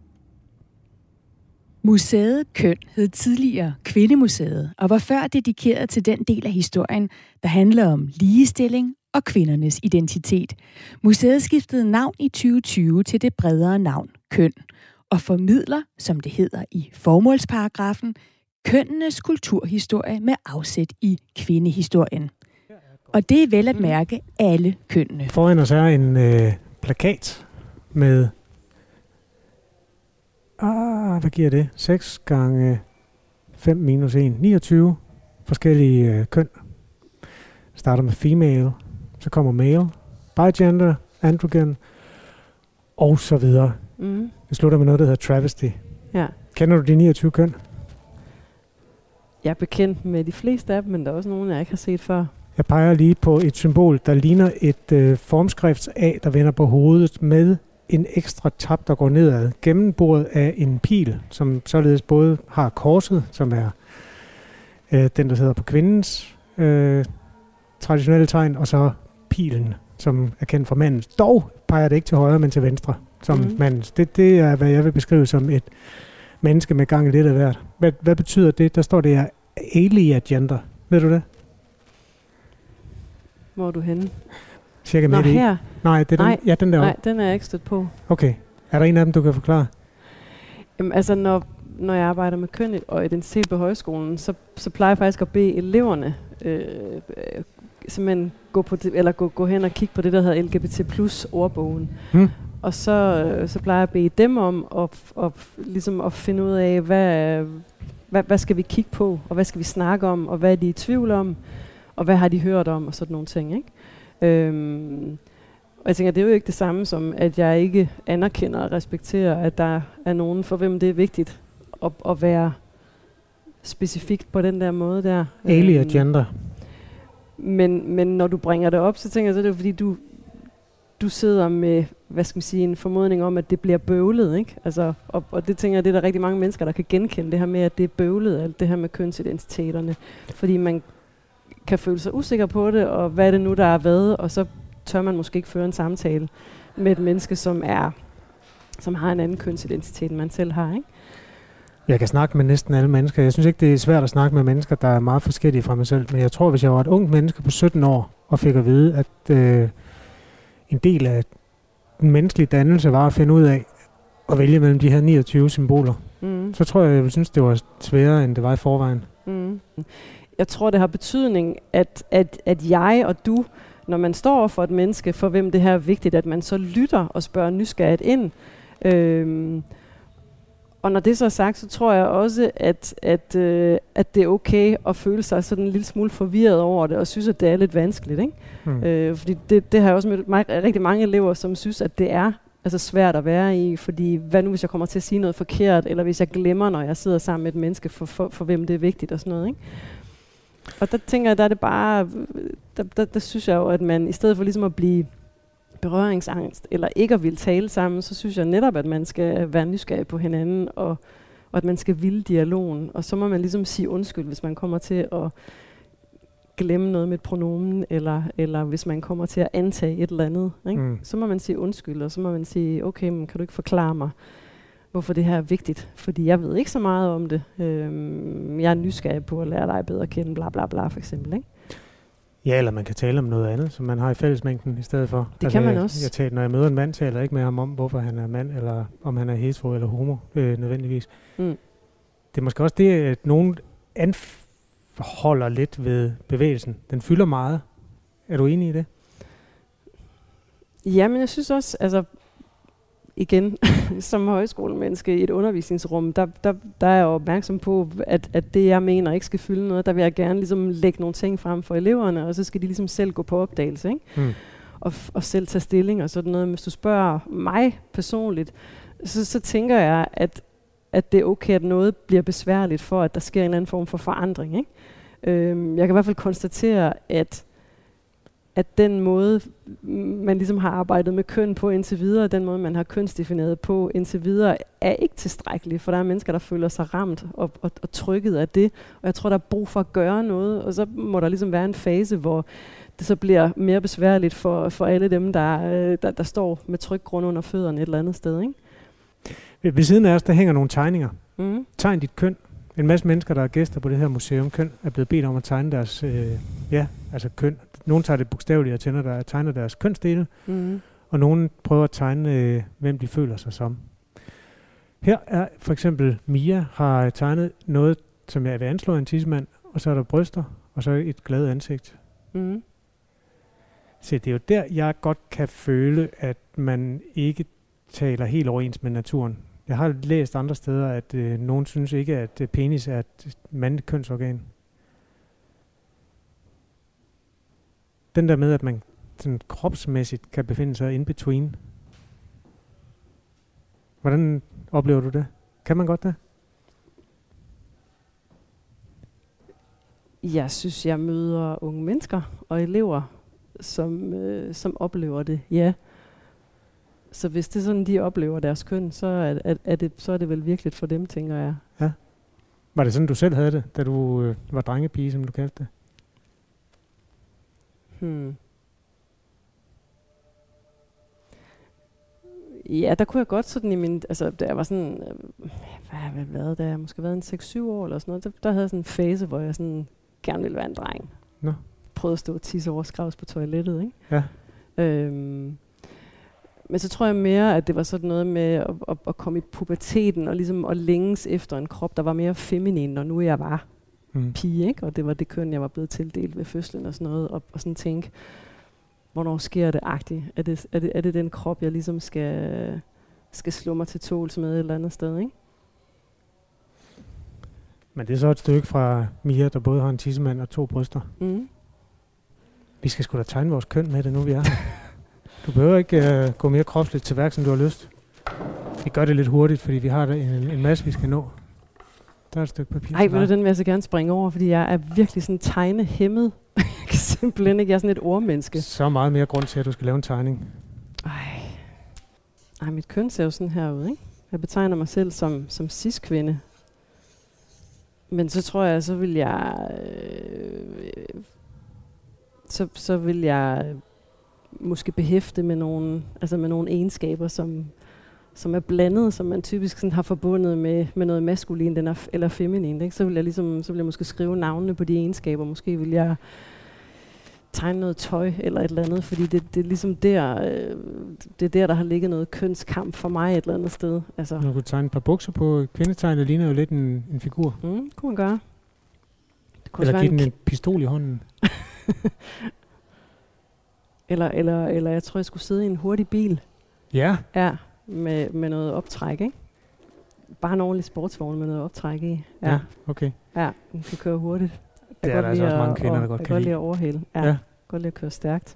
A: Museet Køn hed tidligere Kvindemuseet, og var før dedikeret til den del af historien, der handler om ligestilling og kvindernes identitet. Museet skiftede navn i tyve tyve til det bredere navn Køn, og formidler, som det hedder i formålsparagrafen, kønnenes kulturhistorie med afsæt i kvindehistorien. Og det er vel at mærke alle kønnene.
C: Foran os er en øh, plakat med, ah, hvad giver det? seks gange fem minus en, niogtyve forskellige øh, køn. Starter med female, så kommer male, bigender, androgen, og så videre. Mm. Det slutter med noget, der hedder travesty.
B: Ja.
C: Kender du de niogtyve køn?
B: Jeg er bekendt med de fleste af dem, men der er også nogle, jeg ikke har set før.
C: Jeg peger lige på et symbol, der ligner et øh, formskrifts-A, der vender på hovedet med en ekstra tab, der går nedad. Gennemboret af en pil, som således både har korset, som er øh, den, der hedder på kvindens øh, traditionelle tegn, og så pilen, som er kendt fra mandens. Dog peger det ikke til højre, men til venstre, som mm. mandens. Det, det er, hvad jeg vil beskrive som et menneske med gang i lidt af hvert. Hvad, hvad betyder det? Der står det her alien gender. Ved du det?
B: Hvor er du henne?
C: Cirka
B: Nå,
C: midt i.
B: her?
C: Nej, det er
B: Nej.
C: den, ja, den der.
B: Nej, den er jeg ikke stødt på.
C: Okay. Er der en af dem, du kan forklare?
B: Jamen, altså, når, når jeg arbejder med køn og identitet på højskolen, så, så plejer jeg faktisk at bede eleverne øh, øh, simpelthen gå, på det, eller gå, gå hen og kigge på det, der hedder L G B T plus ordbogen. Hmm. Og så, øh, så plejer jeg at bede dem om at, at, ligesom at finde ud af, hvad, hvad, hvad skal vi kigge på, og hvad skal vi snakke om, og hvad er de i tvivl om, og hvad har de hørt om, og sådan nogle ting, ikke? Øhm, og jeg tænker, det er jo ikke det samme som, at jeg ikke anerkender og respekterer, at der er nogen, for hvem det er vigtigt at, at være specifikt på den der måde der.
C: Alien øhm, gender.
B: Men, men når du bringer det op, så tænker jeg, så er det jo fordi, du, du sidder med, hvad skal man sige, en formodning om, at det bliver bøvlet, ikke? Altså, og, og det tænker jeg, det er der rigtig mange mennesker, der kan genkende, det her med, at det er bøvlet, alt det her med kønsidentiteterne. Fordi man kan føle sig usikker på det, og hvad er det nu, der er hvad, og så tør man måske ikke føre en samtale med et menneske, som er, som har en anden kønsidentitet, end man selv har, ikke?
C: Jeg kan snakke med næsten alle mennesker. Jeg synes ikke, det er svært at snakke med mennesker, der er meget forskellige fra mig selv, men jeg tror, hvis jeg var et ungt menneske på sytten år, og fik at vide, at øh, en del af den menneskelige dannelse var at finde ud af at vælge mellem de her niogtyve symboler, mm. så tror jeg, jeg ville synes, det var sværere, end det var i forvejen.
B: Mm. Jeg tror, det har betydning, at, at, at jeg og du, når man står for et menneske, for hvem det her er vigtigt, at man så lytter og spørger nysgerrigt ind. Øhm, Og når det så er sagt, så tror jeg også, at, at, øh, at det er okay at føle sig sådan en lille smule forvirret over det, og synes, at det er lidt vanskeligt. Ikke? Mm. Øh, fordi det, det har jeg også mødt mig, rigtig mange elever, som synes, at det er altså svært at være i, fordi hvad nu, hvis jeg kommer til at sige noget forkert, eller hvis jeg glemmer, når jeg sidder sammen med et menneske, for, for, for hvem det er vigtigt og sådan noget. Ikke? Og der tænker jeg, der er det bare, der, der, der synes jeg jo, at man i stedet for ligesom at blive berøringsangst, eller ikke at ville tale sammen, så synes jeg netop, at man skal være nysgerrig på hinanden, og, og at man skal ville dialogen. Og så må man ligesom sige undskyld, hvis man kommer til at glemme noget med et pronomen, eller, eller hvis man kommer til at antage et eller andet. Ikke? Mm. Så må man sige undskyld, og så må man sige, okay, men kan du ikke forklare mig, hvorfor det her er vigtigt? Fordi jeg ved ikke så meget om det. Øhm, jeg er nysgerrig på at lære dig bedre at kende, bla bla bla, for eksempel. Ikke?
C: Ja, eller man kan tale om noget andet, som man har i fællesmængden i stedet for.
B: Det altså, kan man
C: jeg,
B: også.
C: Jeg taler, når jeg møder en mand, taler jeg ikke med ham om, hvorfor han er mand, eller om han er hetero eller homo, øh, nødvendigvis. Mm. Det er måske også det, at nogen anholder lidt ved bevægelsen. Den fylder meget. Er du enig i det?
B: Ja, men jeg synes også, altså igen, som højskolemenneske i et undervisningsrum, der, der, der er jeg opmærksom på, at, at det, jeg mener, ikke skal fylde noget. Der vil jeg gerne ligesom lægge nogle ting frem for eleverne, og så skal de ligesom selv gå på opdagelse, ikke? Mm. Og, og selv tage stilling og sådan noget. Hvis du spørger mig personligt, så, så tænker jeg, at, at det er okay, at noget bliver besværligt for, at der sker en eller anden form for forandring, ikke? Øhm, jeg kan i hvert fald konstatere, at at den måde, man ligesom har arbejdet med køn på indtil videre, den måde, man har kønsdefineret på indtil videre, er ikke tilstrækkelig, for der er mennesker, der føler sig ramt og, og, og trykket af det, og jeg tror, der er brug for at gøre noget, og så må der ligesom være en fase, hvor det så bliver mere besværligt for, for alle dem, der, der, der står med trykgrund under fødderne et eller andet sted, ikke?
C: Ved siden af os, der hænger nogle tegninger.
B: Mm.
C: Tegn dit køn. En masse mennesker, der er gæster på det her museum køn, er blevet bedt om at tegne deres øh, ja, altså køn. Nogle tager det bogstaveligt og tænder der, tegner deres kønsdele, mm. og nogle prøver at tegne, øh, hvem de føler sig som. Her er for eksempel Mia har tegnet noget, som jeg vil anslå en tidsmand, og så er der bryster, og så et glad ansigt. Mm. Så det er jo der, jeg godt kan føle, at man ikke taler helt overens med naturen. Jeg har læst andre steder, at øh, nogen synes ikke, at øh, penis er et mandligt kønsorgan. Den der med, at man sådan kropsmæssigt kan befinde sig in between. Hvordan oplever du det? Kan man godt det?
B: Jeg synes, jeg møder unge mennesker og elever, som, øh, som oplever det, ja. Så hvis det er sådan, de oplever deres køn, så er, er, er, det, så er det vel virkeligt for dem, tænker jeg.
C: Ja. Var det sådan, du selv havde det, da du øh, var drengepige, som du kaldte det?
B: Hmm. Ja, der kunne jeg godt sådan i min, altså da jeg var sådan, øh, hvad har jeg været, da jeg måske været en seks syv år eller sådan noget, der, der havde jeg sådan en fase, hvor jeg sådan gerne ville være en dreng.
C: Nå.
B: Prøvede at stå og tisse over skravs på toilettet, ikke?
C: Ja.
B: Øhm, men så tror jeg mere, at det var sådan noget med at, at, at komme i puberteten og ligesom at længes efter en krop, der var mere feminin, når nu jeg var mm. pige, ikke? Og det var det køn, jeg var blevet tildelt ved fødslen og sådan noget, og, og sådan tænke, hvornår sker det agtigt? Er det, er, det, er det den krop, jeg ligesom skal, skal slå mig til tåls med et eller andet sted, ikke?
C: Men det er så et stykke fra Mia, der både har en tissemand og to bryster. Mm. Vi skal sgu da tegne vores køn med det, nu vi er her. Du behøver ikke uh, gå mere kropsligt til værk, som du har lyst. Vi gør det lidt hurtigt, fordi vi har en, en masse, vi skal nå. Der er et stykke papir.
B: Ej, ved du, den vil jeg så gerne springe over, fordi jeg er virkelig sådan tegnehæmmet. Jeg kan simpelthen ikke, jeg er sådan et ordmenneske.
C: Så meget mere grund til, at du skal lave en tegning.
B: Ej, Ej mit køn ser jo sådan her ud, ikke? Jeg betegner mig selv som, som cis-kvinde. Men så tror jeg, så vil jeg... Øh, så, så vil jeg måske behæfte med nogle, altså med nogle egenskaber, som, som er blandet, som man typisk sådan har forbundet med, med noget maskulin eller, eller feminin. Ikke? Så vil jeg ligesom, så vil jeg måske skrive navnene på de egenskaber. Måske vil jeg tegne noget tøj eller et eller andet, fordi det, det er ligesom der, øh, det er der, der har ligget noget kønskamp for mig et eller andet sted. Altså.
C: Du kunne tegne et par bukser på kvindetegnet, ligner jo lidt en, en figur.
B: Mm, kunne man gøre.
C: Det kunne eller give den en pistol i hånden.
B: eller, eller, eller jeg tror, jeg skulle sidde i en hurtig bil.
C: Ja.
B: Ja, med, med noget optræk, ikke? bare en ordentlig sportsvogn med noget optræk i.
C: Ja, ja okay.
B: Ja, den kan køre hurtigt.
C: Det er der altså også mange kvinder, der godt kan lide.
B: Jeg kan godt lide at overhale. Ja,
C: ja.
B: godt lide at køre stærkt.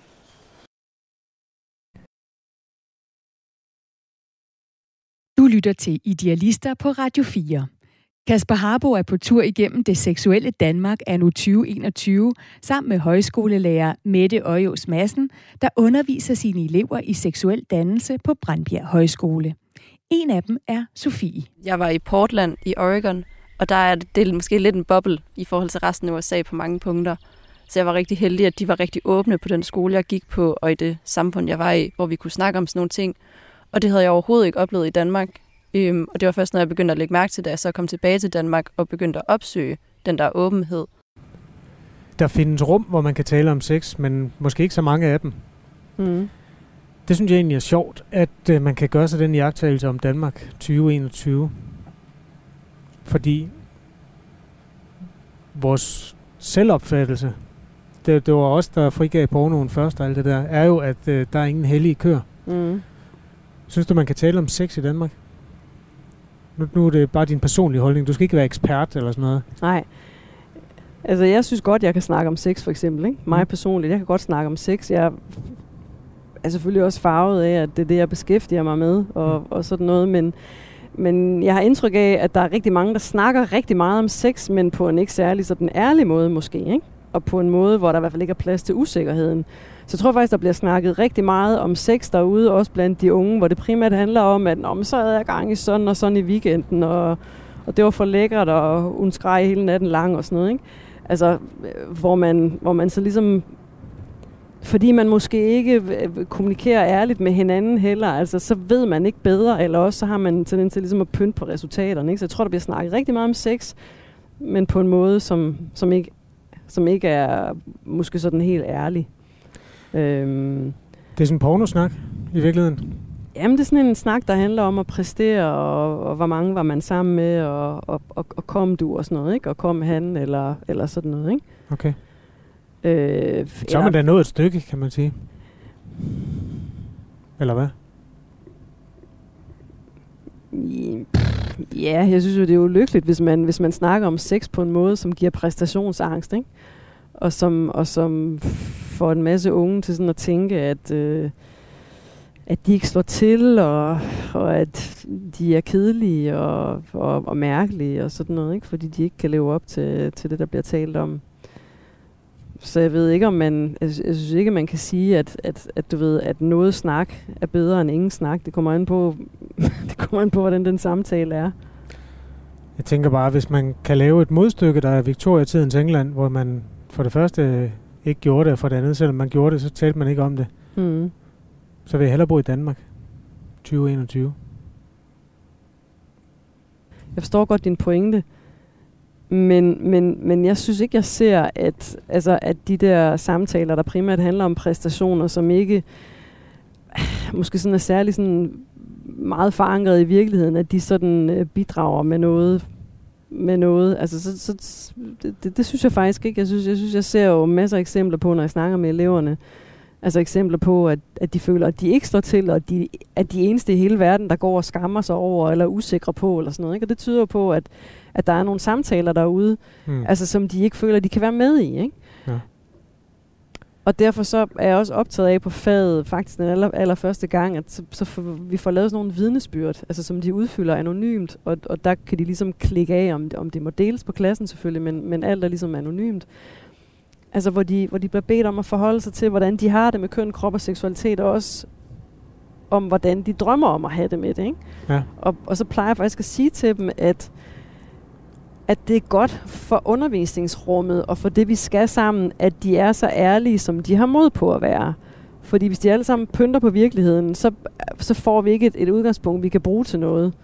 A: Du lytter til Idealister på Radio fire. Kasper Harbo er på tur igennem det seksuelle Danmark anno tyve enogtyve sammen med højskolelærer Mette Øjås Madsen, der underviser sine elever i seksuel dannelse på Brandbjerg Højskole. En af dem er Sofie.
F: Jeg var i Portland i Oregon, og der er det måske lidt en boble i forhold til resten af U S A på mange punkter. Så jeg var rigtig heldig, at de var rigtig åbne på den skole, jeg gik på, og i det samfund, jeg var i, hvor vi kunne snakke om sådan nogle ting. Og det havde jeg overhovedet ikke oplevet i Danmark. Øhm, og det var først, når jeg begyndte at lægge mærke til det, at jeg så kom tilbage til Danmark og begyndte at opsøge den der åbenhed.
C: Der findes rum, hvor man kan tale om sex, men måske ikke så mange af dem.
B: Mm.
C: Det synes jeg egentlig er sjovt, at øh, man kan gøre sig den iagttagelse om Danmark tyve enogtyve. Fordi vores selvopfattelse, det, det var os, der frigav pornoen først og alt det der, er jo, at øh, der er ingen hellige køer.
B: Mm.
C: Synes du, man kan tale om sex i Danmark? Nu, nu er det bare din personlige holdning. Du skal ikke være ekspert eller sådan noget.
B: Nej. Altså, jeg synes godt, jeg kan snakke om sex, for eksempel. Ikke? Mig personligt. Jeg kan godt snakke om sex. Jeg er selvfølgelig også farvet af, at det er det, jeg beskæftiger mig med, og, mm. og sådan noget. Men, men jeg har indtryk af, at der er rigtig mange, der snakker rigtig meget om sex, men på en ikke særlig sådan ærlig måde måske, ikke? Og på en måde, hvor der i hvert fald ikke er plads til usikkerheden. Så jeg tror faktisk, der bliver snakket rigtig meget om sex derude, også blandt de unge, hvor det primært handler om, at Nå, så havde jeg gang i sådan og sådan i weekenden, og, og det var for lækkert, og hun skreg hele natten lang og sådan noget, ikke? Altså, hvor man, hvor man så ligesom, fordi man måske ikke kommunikerer ærligt med hinanden heller, altså så ved man ikke bedre, eller også så har man tendens til ligesom at pynte på resultaterne, ikke? Så jeg tror, der bliver snakket rigtig meget om sex, men på en måde, som, som, ikke, som ikke er måske sådan helt ærlig. Øhm,
C: det er sådan en pornosnak i virkeligheden?
B: Jamen, det er sådan en snak, der handler om at præstere, og, og hvor mange var man sammen med, og, og, og, og kom du og sådan noget, ikke? Og kom han, eller, eller sådan noget, ikke?
C: Okay.
B: Øh,
C: Så er man da nået et stykke, kan man sige. Eller hvad?
B: Ja, jeg synes jo, det er jo lykkeligt, hvis man, hvis man snakker om sex på en måde, som giver præstationsangst, ikke? Og som, og som får en masse unge til sådan at tænke, at, øh, at de ikke slår til, og, og at de er kedelige og, og, og mærkelige og sådan noget, ikke? Fordi de ikke kan leve op til, til det, der bliver talt om. Så jeg ved ikke, om man, jeg, jeg synes ikke, man kan sige, at, at, at du ved, at noget snak er bedre end ingen snak. Det kommer an på, det kommer an på, hvordan den samtale er.
C: Jeg tænker bare, hvis man kan lave et modstykke, der er Victoria-tidens England, hvor man for det første ikke gjorde det, og for det andet, selvom man gjorde det, så talte man ikke om det.
B: Mm.
C: Så vil jeg hellere bo i Danmark. tyve enogtyve.
B: Jeg forstår godt din pointe, men, men, men jeg synes ikke, jeg ser, at, altså, at de der samtaler, der primært handler om præstationer, som ikke måske sådan er særlig sådan meget forankret i virkeligheden, at de sådan øh, bidrager med noget, med noget. Altså, så, så, det, det, det synes jeg faktisk ikke. Jeg synes, jeg synes, jeg ser jo masser af eksempler på, når jeg snakker med eleverne. Altså eksempler på, at, at de føler, at de ikke står til, og at de er de eneste i hele verden, der går og skammer sig over, eller er usikre på, eller sådan noget. Ikke? Og det tyder på, at, at der er nogle samtaler derude, mm. altså, som de ikke føler, at de kan være med i. Ikke?
C: Ja.
B: Og derfor så er jeg også optaget af på faget, faktisk den aller, allerførste gang, at så, så for, vi får lavet sådan nogle vidnesbyrd, altså som de udfylder anonymt, og, og der kan de ligesom klikke af, om, om det må deles på klassen selvfølgelig, men, men alt er ligesom anonymt. Altså hvor de, hvor de bliver bedt om at forholde sig til, hvordan de har det med køn, krop og seksualitet, og også om, hvordan de drømmer om at have det med det. Ikke?
C: Ja.
B: Og, og så plejer jeg faktisk at sige til dem, at at det er godt for undervisningsrummet og for det, vi skal sammen, at de er så ærlige, som de har mod på at være. Fordi hvis de alle sammen pynter på virkeligheden, så, så får vi ikke et, et udgangspunkt, vi kan bruge til noget.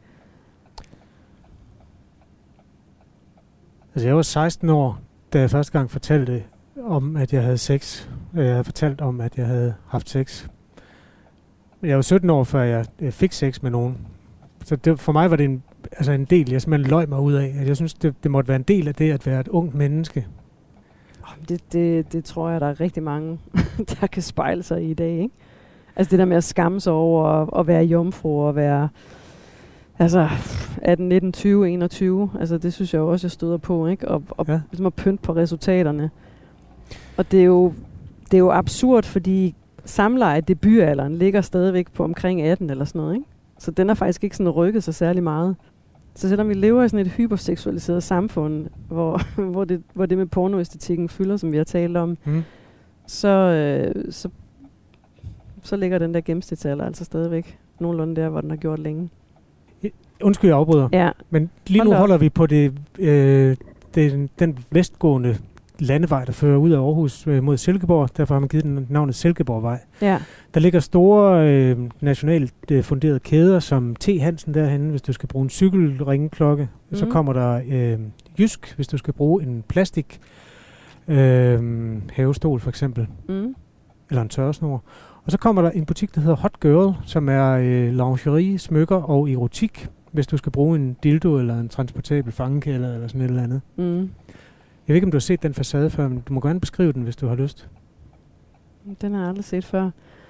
C: Altså jeg var seksten år, da jeg første gang fortalte om, at jeg havde sex. Jeg havde fortalt om, at jeg havde haft sex. Jeg var sytten år, før jeg fik sex med nogen. Så det, for mig var det en, altså en del, jeg simpelthen løg mig ud af. At jeg synes, det, det måtte være en del af det, at være et ungt menneske.
B: Det, det, det tror jeg, der er rigtig mange, der kan spejle sig i i dag. Ikke? Altså det der med at skamme sig over at, at være jomfru og være altså atten, nitten, tyve, enogtyve. Altså det synes jeg også, jeg støder på, ikke? Og, og
C: ja.
B: ligesom at pynte på resultaterne. Og det er jo, det er jo absurd, fordi samleje, debutalderen, ligger stadigvæk på omkring atten eller sådan noget, ikke? Så den har faktisk ikke sådan rykket sig særlig meget. Så selvom vi lever i sådan et hyperseksualiseret samfund, hvor, hvor, det, hvor det med pornoæstetikken fylder, som vi har talt om, mm. så, øh, så, så ligger den der gennemsnitsalder altså stadigvæk nogenlunde der, hvor den har gjort længe.
C: Undskyld, jeg afbryder.
B: Ja.
C: Men lige
B: Hold
C: nu
B: op.
C: holder vi på det, øh, det, den vestgående landevej, der fører ud af Aarhus øh, mod Silkeborg. Derfor har man givet den navnet Silkeborgvej.
B: Ja.
C: Der ligger store øh, nationalt øh, funderede kæder, som T. Hansen derhenne, hvis du skal bruge en cykelringeklokke. Mm. Så kommer der øh, Jysk, hvis du skal bruge en plastik øh, havestol for eksempel. Mm. Eller en tørresnor. Og så kommer der en butik, der hedder Hot Girl, som er øh, lingerie, smykker og erotik, hvis du skal bruge en dildo eller en transportabel fangekælder eller sådan et eller andet. Mm. Jeg ved ikke, om du har set den facade før, men du må gerne beskrive den, hvis du har lyst.
B: Den har jeg aldrig set før.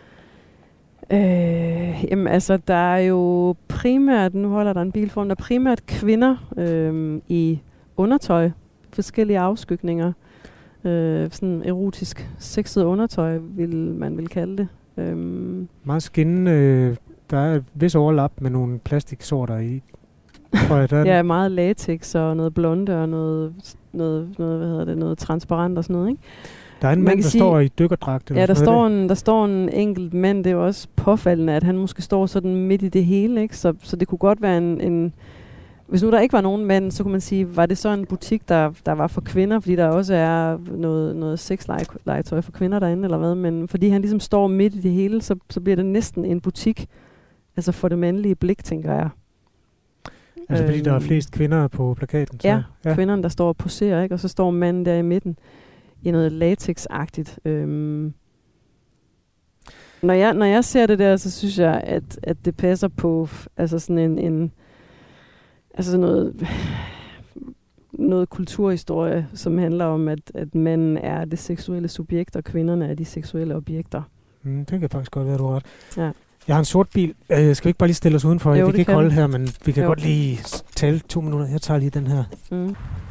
B: Øh, jamen altså, der er jo primært, nu holder der en bil foran, der er primært kvinder øh, i undertøj, forskellige afskygninger. Øh, sådan erotisk sexet undertøj, vil man vil kalde det. Øhm.
C: Meget skinnende. Øh, der er et vis overlap med nogle plastiksorter i. Tror jeg, der
B: ja, meget latex og noget blonde og noget, noget, noget, hvad hedder det, noget transparent og sådan noget, ikke?
C: Der er en mand, der sige, står i dykkerdragt.
B: Ja, der står, en, der står en enkelt mand. Det er jo også påfaldende, at han måske står sådan midt i det hele, ikke? Så, så det kunne godt være en... en hvis nu der ikke var nogen mænd, så kunne man sige, var det så en butik, der, der var for kvinder, fordi der også er noget, noget sexlegetøj for kvinder derinde, eller hvad? Men fordi han ligesom står midt i det hele, så, så bliver det næsten en butik, altså for det mandlige blik, tænker jeg.
C: Altså øhm, fordi der er flest kvinder på plakaten? Så.
B: Ja, ja, kvinderne, der står og poserer, ikke? Og så står manden der i midten i noget latex-agtigt. Øhm. Når, jeg, når jeg ser det der, så synes jeg, at, at det passer på altså sådan en... en Altså sådan noget, noget kulturhistorie, som handler om, at, at manden er det seksuelle subjekt, og kvinderne er de seksuelle objekter.
C: Mm, det kan faktisk godt være, du har ret.
B: Ja.
C: Jeg har en sort bil. Øh, skal vi ikke bare lige stille os udenfor?
B: Jo,
C: vi kan ikke holde her, men vi kan
B: jo.
C: godt lige tale to minutter. Jeg tager lige den her. Mm.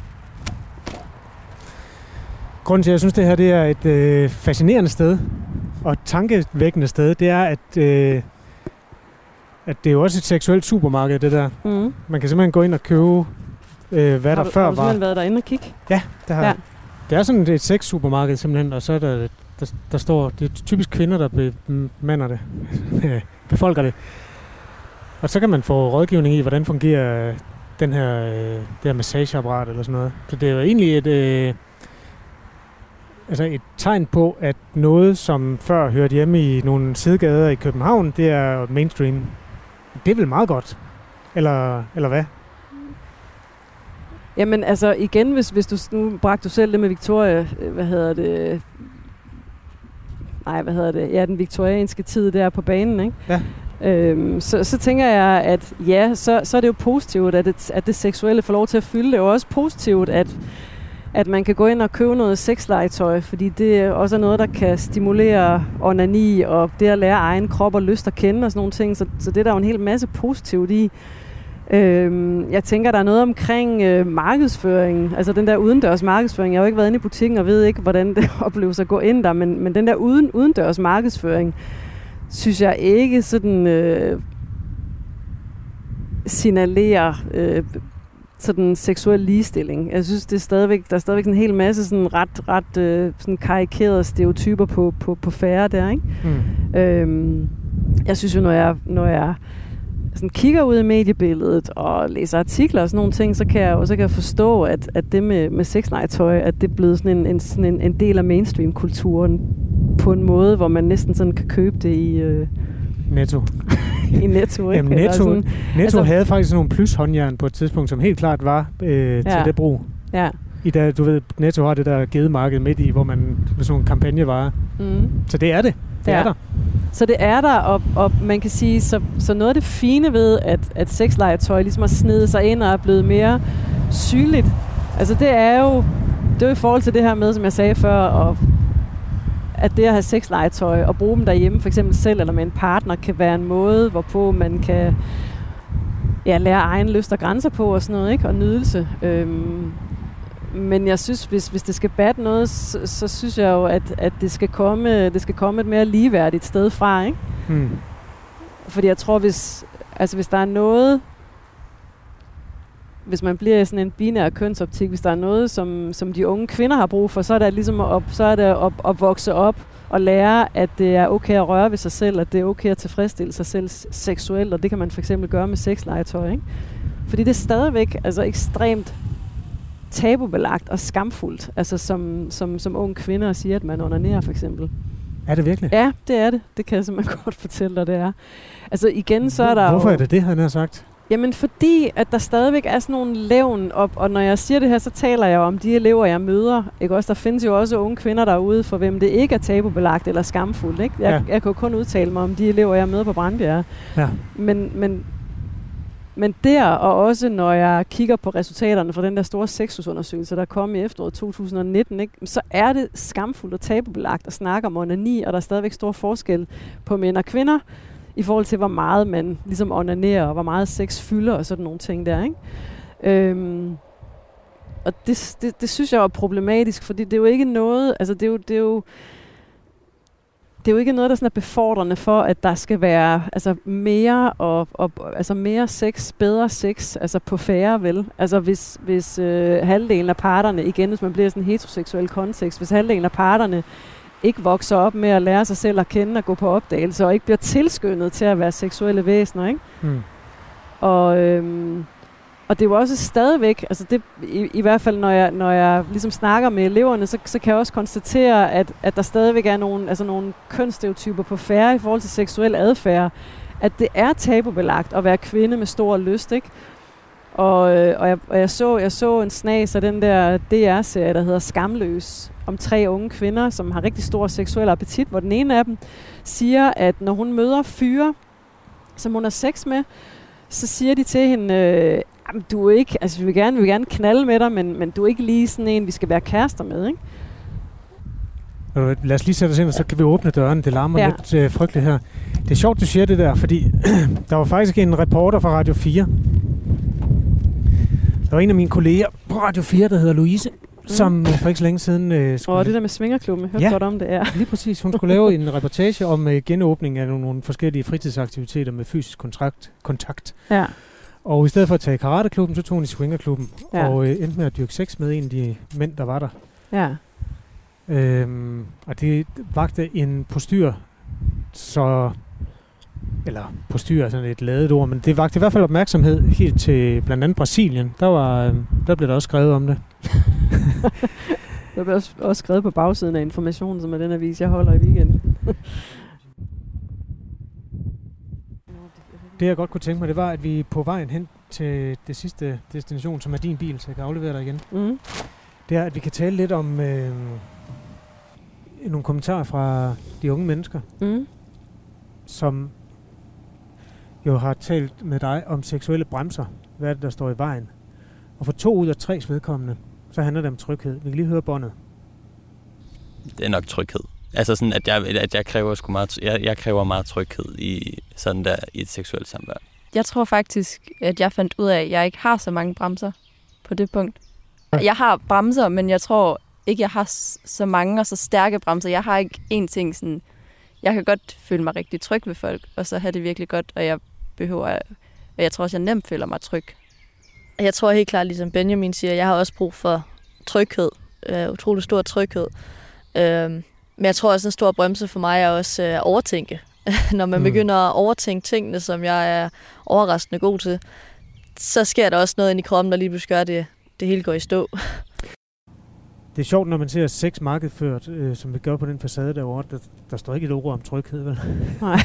C: Grunden til, at jeg synes, det her det er et øh, fascinerende sted, og et tankevækkende sted, det er, at... Øh, at det er jo også et seksuelt supermarked, det der. Mm. Man kan simpelthen gå ind og købe, øh, hvad
B: har
C: der
B: du,
C: før var.
B: Har du simpelthen været derinde og kigge?
C: Ja, det har ja. jeg. Det er sådan et sex-supermarked simpelthen, og så er der, der, der står, det er typisk kvinder, der bemander det, befolker det. Og så kan man få rådgivning i, hvordan fungerer den her, det her massageapparat eller sådan noget. Så det er jo egentlig et, øh, altså et tegn på, at noget, som før hørte hjemme i nogle sidegader i København, det er mainstream. Det er vel meget godt. Eller, eller hvad?
B: Jamen altså igen, hvis, hvis du nu bragte du selv det med Victoria, hvad hedder det? Nej, hvad hedder det? Ja, den viktorianske tid der på banen, ikke?
C: Ja.
B: Øhm, så, så tænker jeg, at ja, så, så er det jo positivt, at det, at det seksuelle får lov til at fylde. Det er jo også positivt, at at man kan gå ind og købe noget sexlegetøj, fordi det også er noget, der kan stimulere onani og det at lære egen krop og lyst at kende og sådan nogle ting. Så, så det er der jo en hel masse positivt i. Øhm, jeg tænker, der er noget omkring øh, markedsføring, altså den der udendørs markedsføring. Jeg har jo ikke været inde i butikken og ved ikke, hvordan det opleves at gå ind der, men, men den der uden, udendørs markedsføring, synes jeg ikke sådan øh, signalerer øh, sådan seksuel ligestilling. Jeg synes, det er stadigvæk, der er stadigvæk en hel masse sådan ret, ret øh, sådan karikerede stereotyper på, på, på færre der, ikke? Mm. Øhm, jeg synes jo, når jeg, når jeg sådan kigger ud i mediebilledet og læser artikler og sådan nogle ting, så kan jeg jo så kan jeg forstå, at, at det med, med sexlegetøj, at det er blevet sådan en, en, sådan en, en del af mainstream-kulturen på en måde, hvor man næsten sådan kan købe det i... Øh,
C: Netto.
B: I Netto, ikke?
C: Jamen, Netto,
B: sådan,
C: Netto altså, havde faktisk nogle plus-håndjern på et tidspunkt, som helt klart var øh, ja. til det brug.
B: Ja.
C: I dag, du ved, Netto har det der gedemarked midt i, hvor man med sådan nogle kampagnevarer. Mm. Så det er det. Det
B: ja.
C: er der.
B: Så det er der, og, og man kan sige, så, så noget af det fine ved, at, at sexlegetøj ligesom har snedet sig ind og er blevet mere synligt, altså det er jo, det er jo i forhold til det her med, som jeg sagde før, og at det at have sexlegetøj og bruge dem derhjemme, for eksempel selv eller med en partner, kan være en måde, hvorpå man kan ja, lære egen lyst og grænser på og sådan noget, ikke? Og nydelse. Øhm, men jeg synes, hvis, hvis det skal batte noget, så, så synes jeg jo, at, at det, skal komme, det skal komme et mere ligeværdigt sted fra, ikke? Hmm. Fordi jeg tror, hvis, altså, hvis der er noget, hvis man bliver i sådan en binær kønsoptik, hvis der er noget, som, som de unge kvinder har brug for, så er det ligesom at, så er det at, at vokse op og lære, at det er okay at røre ved sig selv, at det er okay at tilfredsstille sig selv seksuelt, og det kan man for eksempel gøre med sexlegetøj, ikke? Fordi det er stadigvæk altså ekstremt tabubelagt og skamfuldt, altså som, som, som unge kvinder siger, at man onanerer for eksempel.
C: Er det virkelig?
B: Ja, det er det. Det kan jeg simpelthen godt fortælle dig, det er. Altså igen, så er der
C: Hvorfor
B: jo,
C: er det det, han har sagt?
B: Jamen fordi, at der stadigvæk er sådan nogle levn op, og når jeg siger det her, så taler jeg om de elever, jeg møder. Ikke også? Der findes jo også unge kvinder derude, for hvem det ikke er tabubelagt eller skamfuldt. Ikke? Jeg, ja. jeg kan jo kun udtale mig om de elever, jeg møder på Brandbjerg. Ja. Men, men, men der, og også når jeg kigger på resultaterne fra den der store sexusundersøgelse, der kom i efteråret to tusind og nitten, ikke? Så er det skamfuldt og tabubelagt at snakke om onani, og der er stadigvæk stor forskel på mænd og kvinder, i forhold til, hvor meget man ligesom onanerer, og hvor meget sex fylder, og sådan nogle ting der, ikke? Øhm, og det, det, det synes jeg er problematisk, fordi det er jo ikke noget, altså det er jo, det er jo, det er jo ikke noget, der sådan er befordrende for, at der skal være altså mere og, og altså mere sex, bedre sex, altså på færre, vel? Altså hvis, hvis øh, halvdelen af parterne, igen hvis man bliver sådan en heteroseksuel kontekst, hvis halvdelen af parterne ikke vokser op med at lære sig selv at kende og gå på opdagelse, og ikke bliver tilskyndet til at være seksuelle væsener, ikke? Mm. Og, øhm, og det er jo også stadigvæk, altså det, i, i hvert fald når jeg, når jeg ligesom snakker med eleverne, så, så kan jeg også konstatere, at, at der stadigvæk er nogle, altså nogle kønsstereotyper på færre i forhold til seksuel adfærd, at det er tabubelagt at være kvinde med stor lyst, ikke? Og, øh, og, jeg, og jeg, så, jeg så en snas af den der D R-serie, der hedder Skamløs, om tre unge kvinder, som har rigtig stor seksuel appetit, hvor den ene af dem siger, at når hun møder fyre, som hun har sex med, så siger de til hende, øh, du er ikke, altså vi vil gerne, vi vil gerne knalde med dig, men, men du er ikke lige sådan en, vi skal være kærester med, ikke?
C: Lad os lige sætte os ind, og så kan vi åbne døren. Det larmer ja. lidt øh, frygteligt her. Det er sjovt, du siger det der, fordi der var faktisk en reporter fra Radio fire. Der var en af mine kolleger på Radio fire, der hedder Louise, mm. som for ikke så længe siden... Øh,
B: skulle... Og det der med svingerklubben, jeg hørte
C: ja,
B: godt om det, ja.
C: Lige præcis. Hun skulle lave en reportage om øh, genåbning af nogle, nogle forskellige fritidsaktiviteter med fysisk kontrakt, kontakt. Ja. Og i stedet for at tage i karateklubben, så tog hun i swingerklubben, ja. og øh, endte med at dyrke sex med en af de mænd, der var der. Ja. Øhm, og det vagte en postyr, så... eller postyr er sådan et ladet ord, men det vagte i hvert fald opmærksomhed helt til blandt andet Brasilien. Der, var, der blev der også skrevet om det.
B: Der blev også, også skrevet på bagsiden af Information, som er den avis, jeg holder i weekenden.
C: Det jeg godt kunne tænke mig, det var, at vi på vejen hen til det sidste destination, som er din bil, så jeg kan aflevere dig igen. Mm. Det er, at vi kan tale lidt om øh, nogle kommentarer fra de unge mennesker, mm. som jo har talt med dig om seksuelle bremser. Hvad er det, der står i vejen? Og for to ud af tre vedkommende, så handler det om tryghed. Vi kan lige høre båndet.
G: Det er nok tryghed. Altså sådan, at jeg, at jeg, kræver, sgu meget, jeg, jeg kræver meget tryghed i, sådan der, i et seksuelt samvær.
F: Jeg tror faktisk, at jeg fandt ud af, at jeg ikke har så mange bremser på det punkt. Ja. Jeg har bremser, men jeg tror ikke, jeg har så mange og så stærke bremser. Jeg har ikke én ting sådan... Jeg kan godt føle mig rigtig tryg ved folk, og så have det virkelig godt, og jeg behøver... Og jeg tror også, jeg nemt føler mig tryg.
E: Jeg tror helt klart, ligesom Benjamin siger, jeg har også brug for tryghed. Øh, utrolig stor tryghed. Øh, men jeg tror også, en stor bremse for mig er også øh, at overtænke. Når man mm. begynder at overtænke tingene, som jeg er overraskende god til, så sker der også noget ind i kroppen, der lige pludselig gør det, det hele går i stå.
C: Det er sjovt, når man ser sex markedsført, øh, som vi gør på den facade derovre. Der, der står ikke et ord om tryghed, vel?
B: Nej.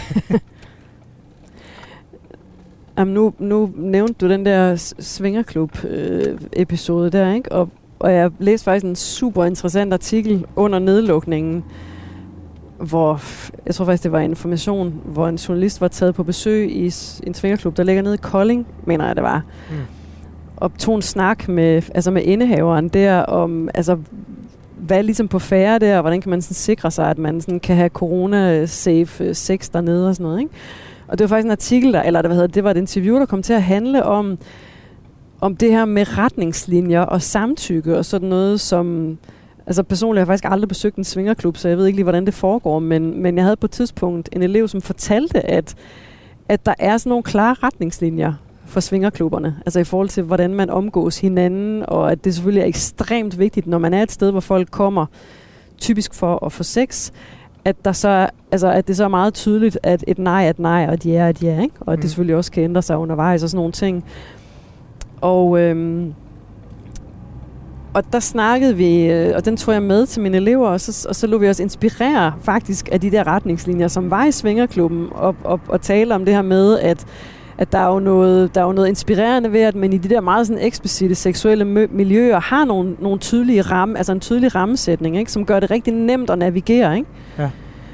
B: Jamen, nu, nu nævnte du den der svingerklub-episode øh, der, ikke? Og, og jeg læste faktisk en super interessant artikel under nedlukningen, hvor, jeg tror faktisk, det var Information, hvor en journalist var taget på besøg i en svingerklub, der ligger nede i Kolding, mener jeg, det var. Mm. Og tog en snak med, altså med indehaveren der om, altså, hvad er ligesom på færre der, og hvordan kan man sådan sikre sig, at man sådan kan have corona-safe sex dernede og sådan noget, ikke? Og det var faktisk en artikel, der, eller hvad hedder, det var et interview, der kom til at handle om, om det her med retningslinjer og samtykke og sådan noget, som... Altså personligt har jeg faktisk aldrig besøgt en svingerklub, så jeg ved ikke lige, hvordan det foregår, men, men jeg havde på et tidspunkt en elev, som fortalte, at, at der er sådan nogle klare retningslinjer for svingerklubberne, altså i forhold til, hvordan man omgås hinanden, og at det selvfølgelig er ekstremt vigtigt, når man er et sted, hvor folk kommer typisk for at få sex, at, der så, altså, at det så er meget tydeligt, at et nej er et nej, og et ja er et ja, ikke? Og at mm. det selvfølgelig også kan ændre sig undervejs og sådan nogle ting. Og... Øhm, Og der snakkede vi, og den tog jeg med til mine elever, og så, og så lod vi os inspirere faktisk af de der retningslinjer, som var i svingerklubben, og, og, og tale om det her med, at, at der, er jo noget, der er jo noget inspirerende ved, at man i de der meget sådan eksplicite seksuelle miljøer har nogle, nogle tydelige ramme, altså en tydelig rammesætning, ikke, som gør det rigtig nemt at navigere, ikke? Ja.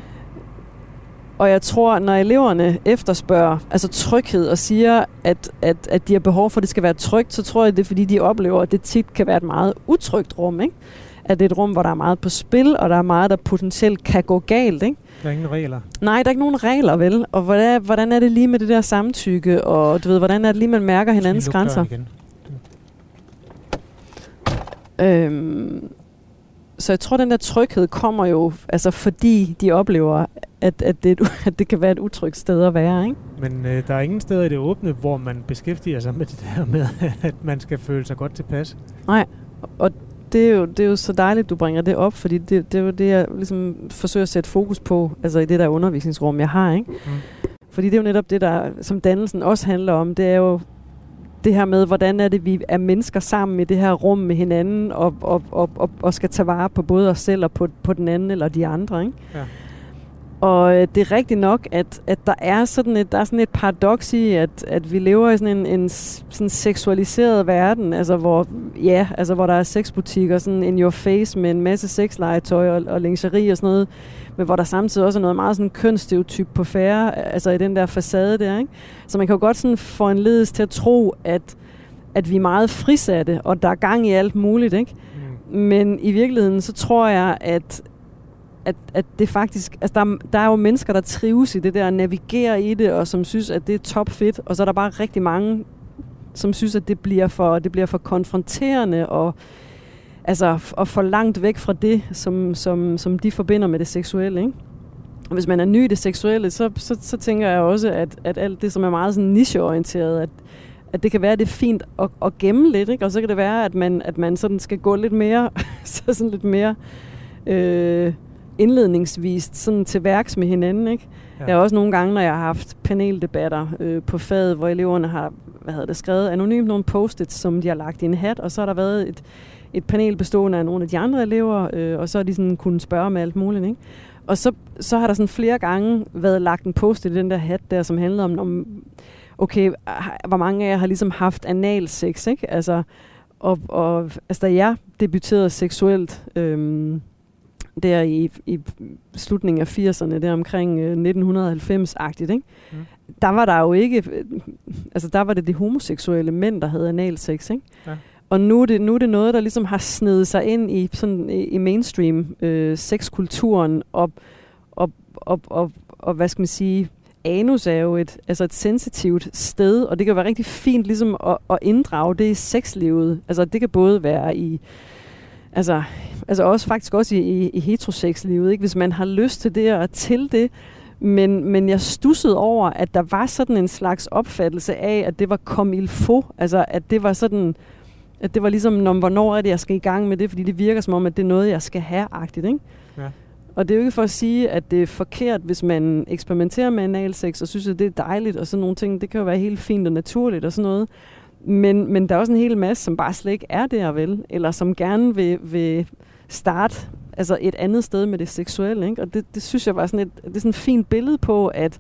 B: Og jeg tror, når eleverne efterspørger altså tryghed og siger, at, at, at de har behov for, at det skal være trygt, så tror jeg, det er fordi, de oplever, at det tit kan være et meget utrygt rum, ikke? At det er et rum, hvor der er meget på spil, og der er meget, der potentielt kan gå galt, ikke?
C: Der er ingen regler.
B: Nej, der er ikke nogen regler, vel? Og hvordan, hvordan er det lige med det der samtykke, og du ved, hvordan er det lige, man mærker hinandens grænser? Øhm, så jeg tror, den der tryghed kommer jo, altså fordi de oplever, at, at, det, at det kan være et utrygt sted at være, ikke?
C: Men øh, der er ingen steder i det åbne, hvor man beskæftiger sig med det der med, at man skal føle sig godt tilpas.
B: Nej, og det er, jo, det er jo så dejligt, du bringer det op, fordi det, det er jo det, jeg ligesom forsøger at sætte fokus på, altså i det der undervisningsrum, jeg har, ikke? Mm. Fordi det er jo netop det, der, som dannelsen også handler om, det er jo det her med, hvordan er det, vi er mennesker sammen i det her rum med hinanden, og, og, og, og, og skal tage vare på både os selv og på, på den anden eller de andre, ikke? Ja. Og øh, det er rigtigt nok, at, at der er sådan et, der er sådan et paradoks i, at, at vi lever i sådan en, en sådan seksualiseret verden, altså hvor, ja, altså hvor der er sexbutikker sådan in your face med en masse sexlegetøj og, og lingerie og sådan noget, men hvor der samtidig også er noget meget sådan kønsstereotyp på færre, altså i den der facade der, ikke? Så man kan jo godt sådan få en ledes til at tro, at, at vi er meget frisatte, og der er gang i alt muligt, ikke? Mm. Men i virkeligheden, så tror jeg, at At, at det faktisk, altså der, der er jo mennesker, der trives i det der, navigerer i det, og som synes, at det er topfedt, og så er der bare rigtig mange, som synes, at det bliver for, det bliver for konfronterende, og, altså, og for langt væk fra det, som, som, som de forbinder med det seksuelle, ikke? Og hvis man er ny i det seksuelle, så, så, så tænker jeg også, at, at alt det, som er meget sådan nicheorienteret, at, at det kan være, at det er fint at, at gemme lidt, ikke? Og så kan det være, at man, at man sådan skal gå lidt mere, så sådan lidt mere... Øh, indledningsvist sådan til værks med hinanden, ikke? Ja. Jeg har også nogle gange, når jeg har haft paneldebatter øh, på faget, hvor eleverne har, hvad hedder det, skrevet anonymt nogle post-its, som de har lagt i en hat, og så har der været et, et panel bestående af nogle af de andre elever, øh, og så har de sådan kunnet spørge med alt muligt, ikke? Og så, så har der sådan flere gange været lagt en post-it i den der hat der, som handlede om, om okay, hvor mange af jer har ligesom haft analsex, ikke? Altså, og, og altså, da jeg debuterede seksuelt, øh, der i, i slutningen af firserne, der omkring øh, nitten halvfems-agtigt, ikke? Mm. Der var der jo ikke, altså der var det de homoseksuelle mænd, der havde analsex, ikke? Ja. Og nu er, det, nu er det noget, der ligesom har snedet sig ind i, sådan, i, i mainstream øh, sexkulturen, og, og, og, og, og hvad skal man sige, anus er jo et, altså et sensitivt sted, og det kan være rigtig fint ligesom at, at inddrage det i sexlivet. Altså det kan både være i Altså, altså også faktisk også i, i, i heterosexlivet, ikke? Hvis man har lyst til det og til det. Men, men jeg stussede over, at der var sådan en slags opfattelse af, at det var comme il faut. Altså, at det var sådan, at det var ligesom, når, hvornår er det, jeg skal i gang med det? Fordi det virker som om, at det er noget, jeg skal have-agtigt, ikke? Ja. Og det er jo ikke for at sige, at det er forkert, hvis man eksperimenterer med analsex og synes, at det er dejligt og sådan nogle ting. Det kan jo være helt fint og naturligt og sådan noget. Men, men der er også en hel masse, som bare slet ikke er der, vel? Eller som gerne vil, vil starte altså et andet sted med det seksuelle, ikke? Og det, det synes jeg var sådan et, det er sådan et fint billede på, at,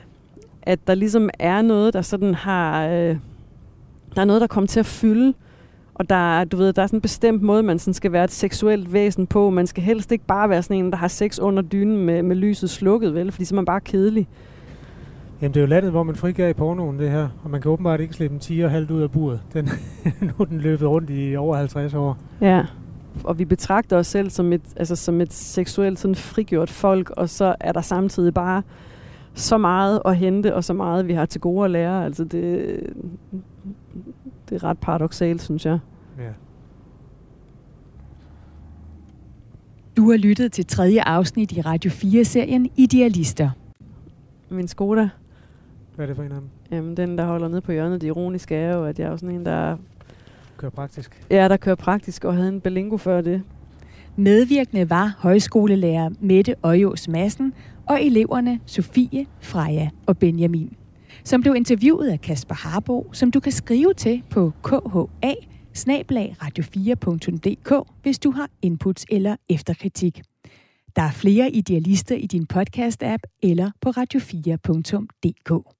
B: at der ligesom er noget, der sådan har... Øh, der er noget, der kommer til at fylde. Og der, du ved, der er sådan en bestemt måde, man sådan skal være et seksuelt væsen på. Man skal helst ikke bare være sådan en, der har sex under dynen med, med lyset slukket, vel? Fordi så er man bare kedelig.
C: Jamen, det er jo landet, hvor man frigav i pornoen, det her. Og man kan åbenbart ikke slippe en tiger halvt ud af buret. Den, nu er den løbet rundt i over halvtreds år.
B: Ja, og vi betragter os selv som et, altså som et seksuelt sådan frigjort folk, og så er der samtidig bare så meget at hente, og så meget vi har til gode at lære. Altså det, det er ret paradoksalt, synes jeg.
C: Ja.
A: Du har lyttet til tredje afsnit i Radio fire-serien Idealister.
B: Min Skoda.
C: Hvad er det for en af dem?
B: Jamen, den, der holder nede på hjørnet, det ironiske er jo, at jeg er jo sådan en, der...
C: Kører praktisk.
B: Ja, der kører praktisk og havde en Berlingo før det.
A: Medvirkende var højskolelærer Mette Øjås Madsen og eleverne Sofie, Freja og Benjamin, som blev interviewet af Kasper Harbo, som du kan skrive til på k h a bindestreg radio fire punktum d k, hvis du har inputs eller efterkritik. Der er flere idealister i din podcast-app eller på radio fire punktum d k.